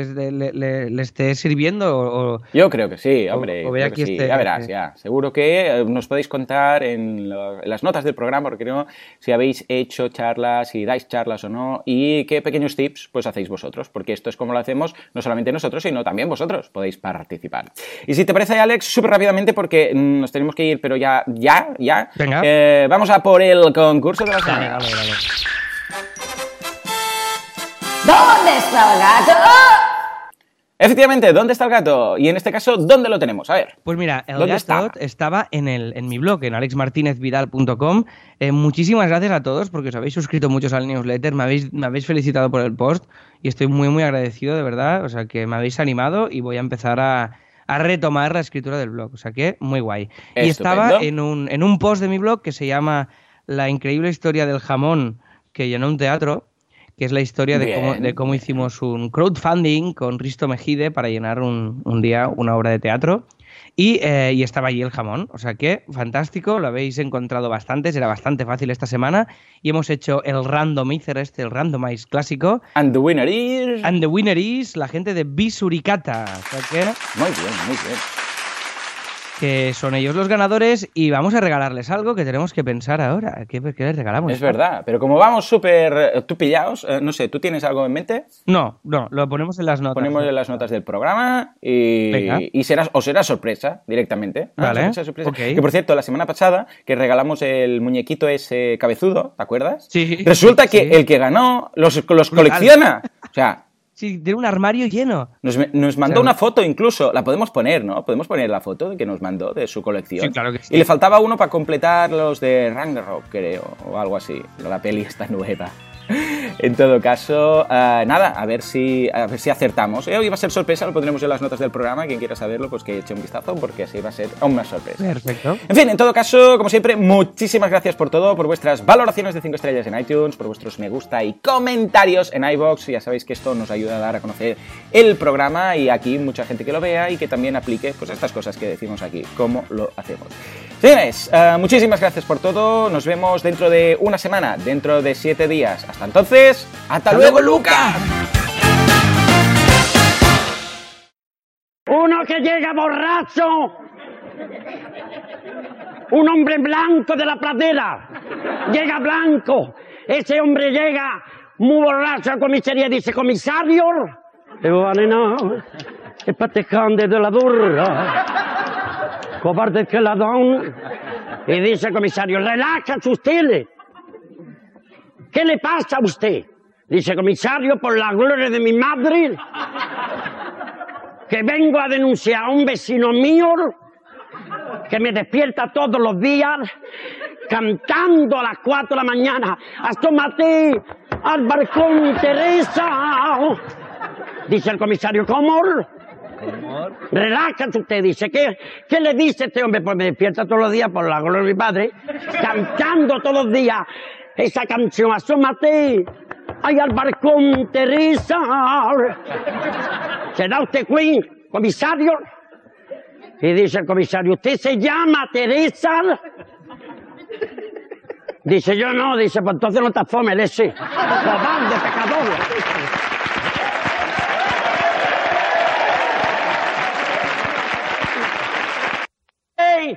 le esté sirviendo. Yo creo que sí, hombre. O vea que sí. Ya verás, ya. Seguro que nos podéis contar en las notas del programa, porque no, si habéis hecho charlas, si dais charlas o no, y qué pequeños tips pues hacéis vosotros, porque esto es como lo hacemos no solamente nosotros, sino también vosotros podéis participar. Y si te parece, Alex, súper rápidamente, porque nos tenemos que ir, pero ya. Venga. Vamos a por el concurso de la semana. Dale. ¿Dónde está el gato? Efectivamente, ¿dónde está el gato? Y en este caso, ¿dónde lo tenemos? A ver. Pues mira, el gato estaba en mi blog, en alexmartinezvidal.com. Muchísimas gracias a todos porque os habéis suscrito muchos al newsletter, me habéis felicitado por el post y estoy muy, muy agradecido, de verdad. O sea, que me habéis animado y voy a empezar a retomar la escritura del blog, o sea que muy guay. Estupendo. Y estaba en un post de mi blog que se llama La increíble historia del jamón que llenó un teatro, que es la historia de cómo hicimos un crowdfunding con Risto Mejide para llenar un día una obra de teatro. Y estaba allí el jamón, o sea que fantástico, lo habéis encontrado bastantes, era bastante fácil esta semana y hemos hecho el randomizer el randomize clásico. And the winner is la gente de Bisuricata, o sea que... Muy bien. Que son ellos los ganadores y vamos a regalarles algo que tenemos que pensar ahora. ¿Qué les regalamos? Es verdad, pero como vamos súper pillados, no sé, ¿tú tienes algo en mente? No, lo ponemos en las notas. Ponemos en las notas del programa y será sorpresa directamente. Vale, sorpresa. Okay. Que por cierto, la semana pasada que regalamos el muñequito ese cabezudo, ¿te acuerdas? Sí. Resulta que el que ganó los colecciona. O sea... Sí, tiene un armario lleno. Nos mandó una foto incluso, la podemos poner, ¿no? Podemos poner la foto de que nos mandó de su colección. Sí, claro que sí. Y le faltaba uno para completar los de Ragnarok, creo, o algo así. La peli está nueva. En todo caso, nada, a ver si acertamos. Hoy va a ser sorpresa, lo pondremos en las notas del programa. Quien quiera saberlo, pues que eche un vistazo, porque así va a ser aún más sorpresa. Perfecto. En fin, en todo caso, como siempre, muchísimas gracias por todo, por vuestras valoraciones de 5 estrellas en iTunes, por vuestros me gusta y comentarios en iVoox. Ya sabéis que esto nos ayuda a dar a conocer el programa y aquí mucha gente que lo vea y que también aplique pues estas cosas que decimos aquí, cómo lo hacemos. Señores, muchísimas gracias por todo. Nos vemos dentro de una semana, dentro de 7 días. Hasta entonces, ¡hasta luego, Lucas! Uno que llega borracho, un hombre blanco de la pradera, llega blanco, ese hombre llega muy borracho a la comisaría y dice, comisario, vale, no, es patecante de la burra, cobarde que la don, y dice el comisario, relájese usted, ¿qué le pasa a usted? Dice, comisario, por la gloria de mi madre, que vengo a denunciar a un vecino mío que me despierta todos los días cantando a las 4 de la mañana. Asómate al balcón, Teresa. Dice el comisario, ¿cómo? Relájate usted, dice. ¿Qué le dice este hombre? Pues me despierta todos los días por la gloria de mi padre, cantando todos los días esa canción. Asómate al balcón, Teresa. ¿Será usted Queen, comisario? Y dice el comisario, ¿usted se llama Teresa? Dice, yo no. Dice, pues entonces no está fome, ese. Cobarde, pecador. ¡Ey!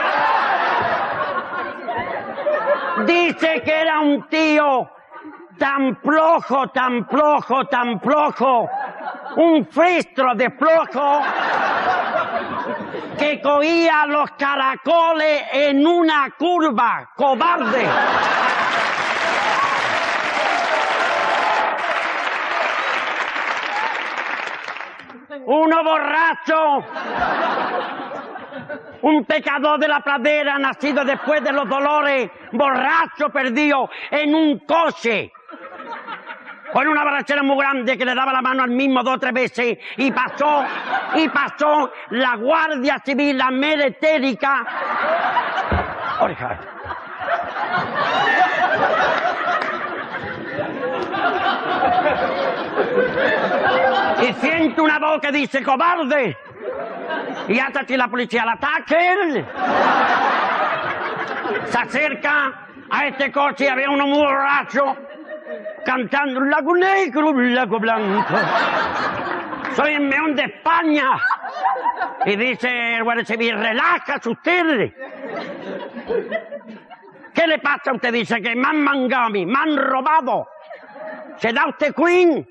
Dice que era un tío tan flojo, tan flojo, tan flojo, un festro de flojo, que cogía los caracoles en una curva, cobarde. Uno borracho, un pecador de la pradera, nacido después de los dolores, borracho perdido en un coche, con una borrachera muy grande que le daba la mano al mismo 2 o 3 veces y pasó la Guardia Civil, la meretérica. Oiga. Y siento una voz que dice, cobarde. Y hasta aquí la policía al ataque. Se acerca a este coche y había uno muy borracho cantando un lago negro, un lago blanco. Soy el meón de España. Y dice el guardia civil, relájese usted. ¿Qué le pasa a usted? Dice que me han mangado a mí, me han robado. ¿Se da usted Queen?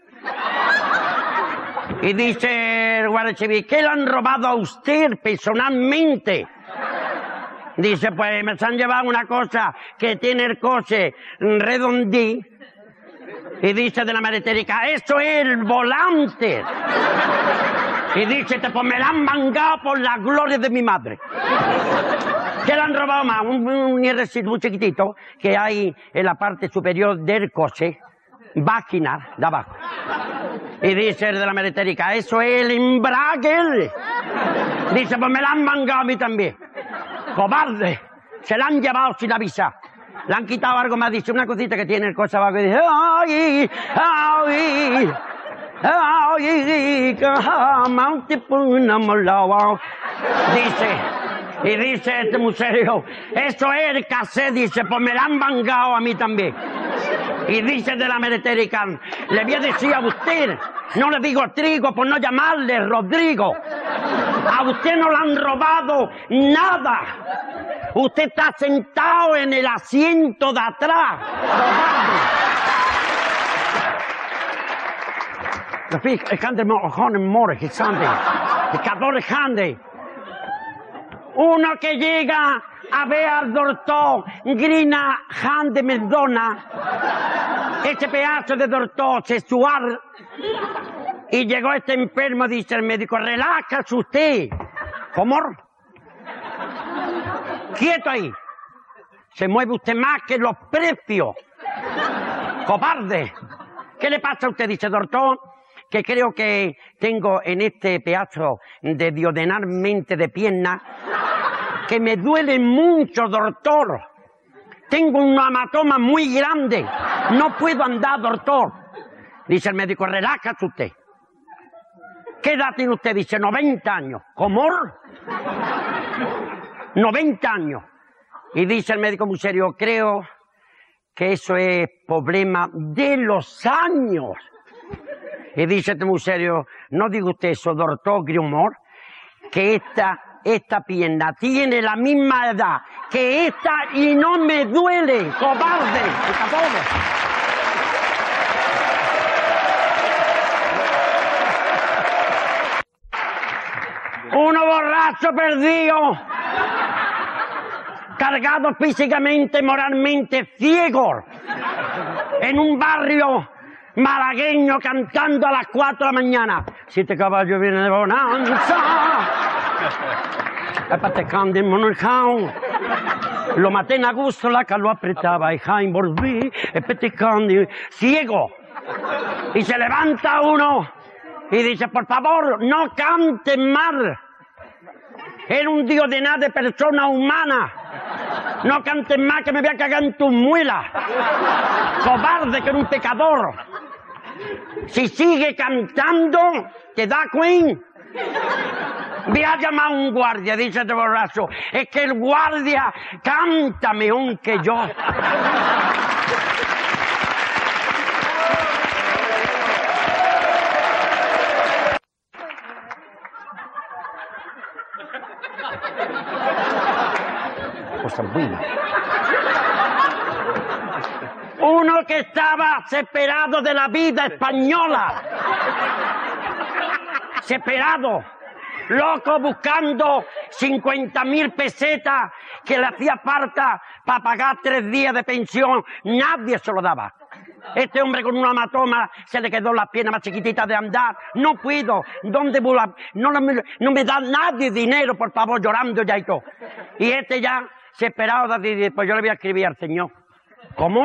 Y dice el guardia civil, ¿qué le han robado a usted personalmente? Dice, pues me han llevado una cosa que tiene el coche redondí. Y dice de la meretérica, eso es el volante. Y dice, pues me la han mangado por la gloria de mi madre. ¿Qué le han robado más? Un IRC muy chiquitito que hay en la parte superior del coche, máquina de abajo. Y dice el de la meretérica, eso es el embrague. Dice, pues me la han mangado a mí también. Cobarde, se la han llevado sin avisar. Le han quitado algo más, dice una cosita que tiene el coche abajo y dice, ay, ay, ay, y dice este muy serio, eso es el cassette, dice, pues me la han mangado a mí también. Y dice de la meretérica, le voy a decir a usted, no le digo Trigo por no llamarle Rodrigo, a usted no le han robado nada. Usted está sentado en el asiento de atrás. Uno que llega a ver al doctor Grina Han de Merdona, este pedazo de doctor sexual, y llegó este enfermo, dice el médico, relájese usted. ¿Cómo? Quieto ahí. Se mueve usted más que los precios. Cobarde. ¿Qué le pasa a usted? Dice, doctor, que creo que tengo en este pedazo de duodenalmente de pierna que me duele mucho, doctor. Tengo un hematoma muy grande. No puedo andar, doctor. Dice el médico, relájese usted. ¿Qué edad tiene usted? Dice, 90 años. ¿Cómo? 90 años. Y dice el médico muy serio, creo que eso es problema de los años. Y dice este muy serio, no diga usted eso, doctor Griumor, que esta pierna tiene la misma edad que esta y no me duele, cobarde, pecador. Uno borracho perdido, cargado físicamente, moralmente, ciego, en un barrio malagueño cantando a las 4 de la mañana. Siete caballos vienen de bonanza, apatecando en Monojao. Lo maté en Augusto, la que lo apretaba, y Jaime volví, apatecando, ciego. Y se levanta uno y dice, por favor, no canten mal. Era un Dios de nada, de persona humana. No cantes más que me voy a cagar en tus muelas. Cobarde, que era un pecador. Si sigue cantando, ¿te da cuenta? Voy a llamar a un guardia, dice este borracho. Es que el guardia canta mejor que yo. Cosa buena. Uno que estaba separado de la vida española. Separado. Loco, buscando 50.000 pesetas que le hacía falta para pagar 3 días de pensión. Nadie se lo daba. Este hombre con una hematoma se le quedó la pierna más chiquitita de andar. No puedo. ¿Dónde voy? No me da nadie dinero, por favor, llorando ya y todo. Y este ya, desesperado, dice, pues yo le voy a escribir al señor. ¿Cómo?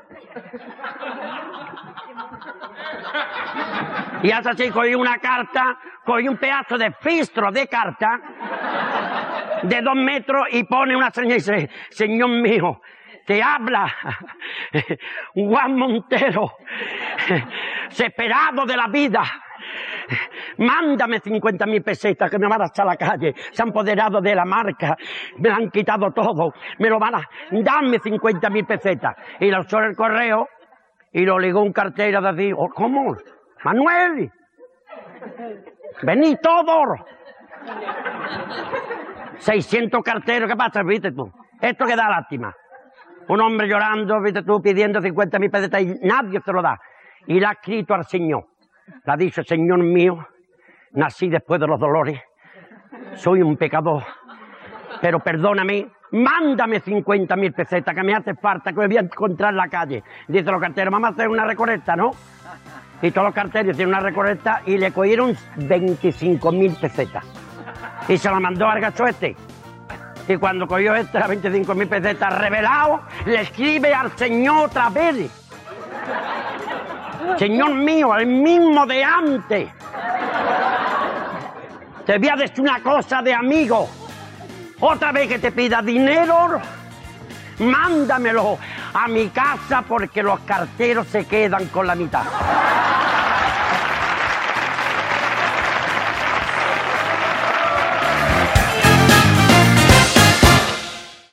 Y hace así, cogí una carta, cogí un pedazo de filtro de carta de 2 metros y pone una señal y dice, señor mío, te habla Juan Montero, desesperado de la vida. Mándame 50.000 pesetas que me van a echar a la calle. Se han apoderado de la marca, me han quitado todo. Me lo van a... Dame 50.000 pesetas. Y lo usó el correo y lo ligó un cartero de decir, oh, ¿cómo? Manuel, vení todos. 600 carteros, ¿qué pasa? ¿Viste tú? Esto que da lástima. Un hombre llorando, ¿viste tú? Pidiendo 50.000 pesetas y nadie se lo da. Y le ha escrito al Señor. Le ha dicho, Señor mío, nací después de los dolores. Soy un pecador. Pero perdóname, mándame 50.000 pesetas, que me hace falta, que me voy a encontrar en la calle. Dice los carteros, vamos a hacer una recolecta, ¿no? Y todos los carteros tienen una recolecta y le cogieron 25.000 pesetas. Y se la mandó al gacho este. Y cuando cogió las 25.000 pesetas revelado, le escribe al Señor otra vez. Señor mío, el mismo de antes. Te voy a decir una cosa de amigo. Otra vez que te pida dinero, mándamelo a mi casa porque los carteros se quedan con la mitad.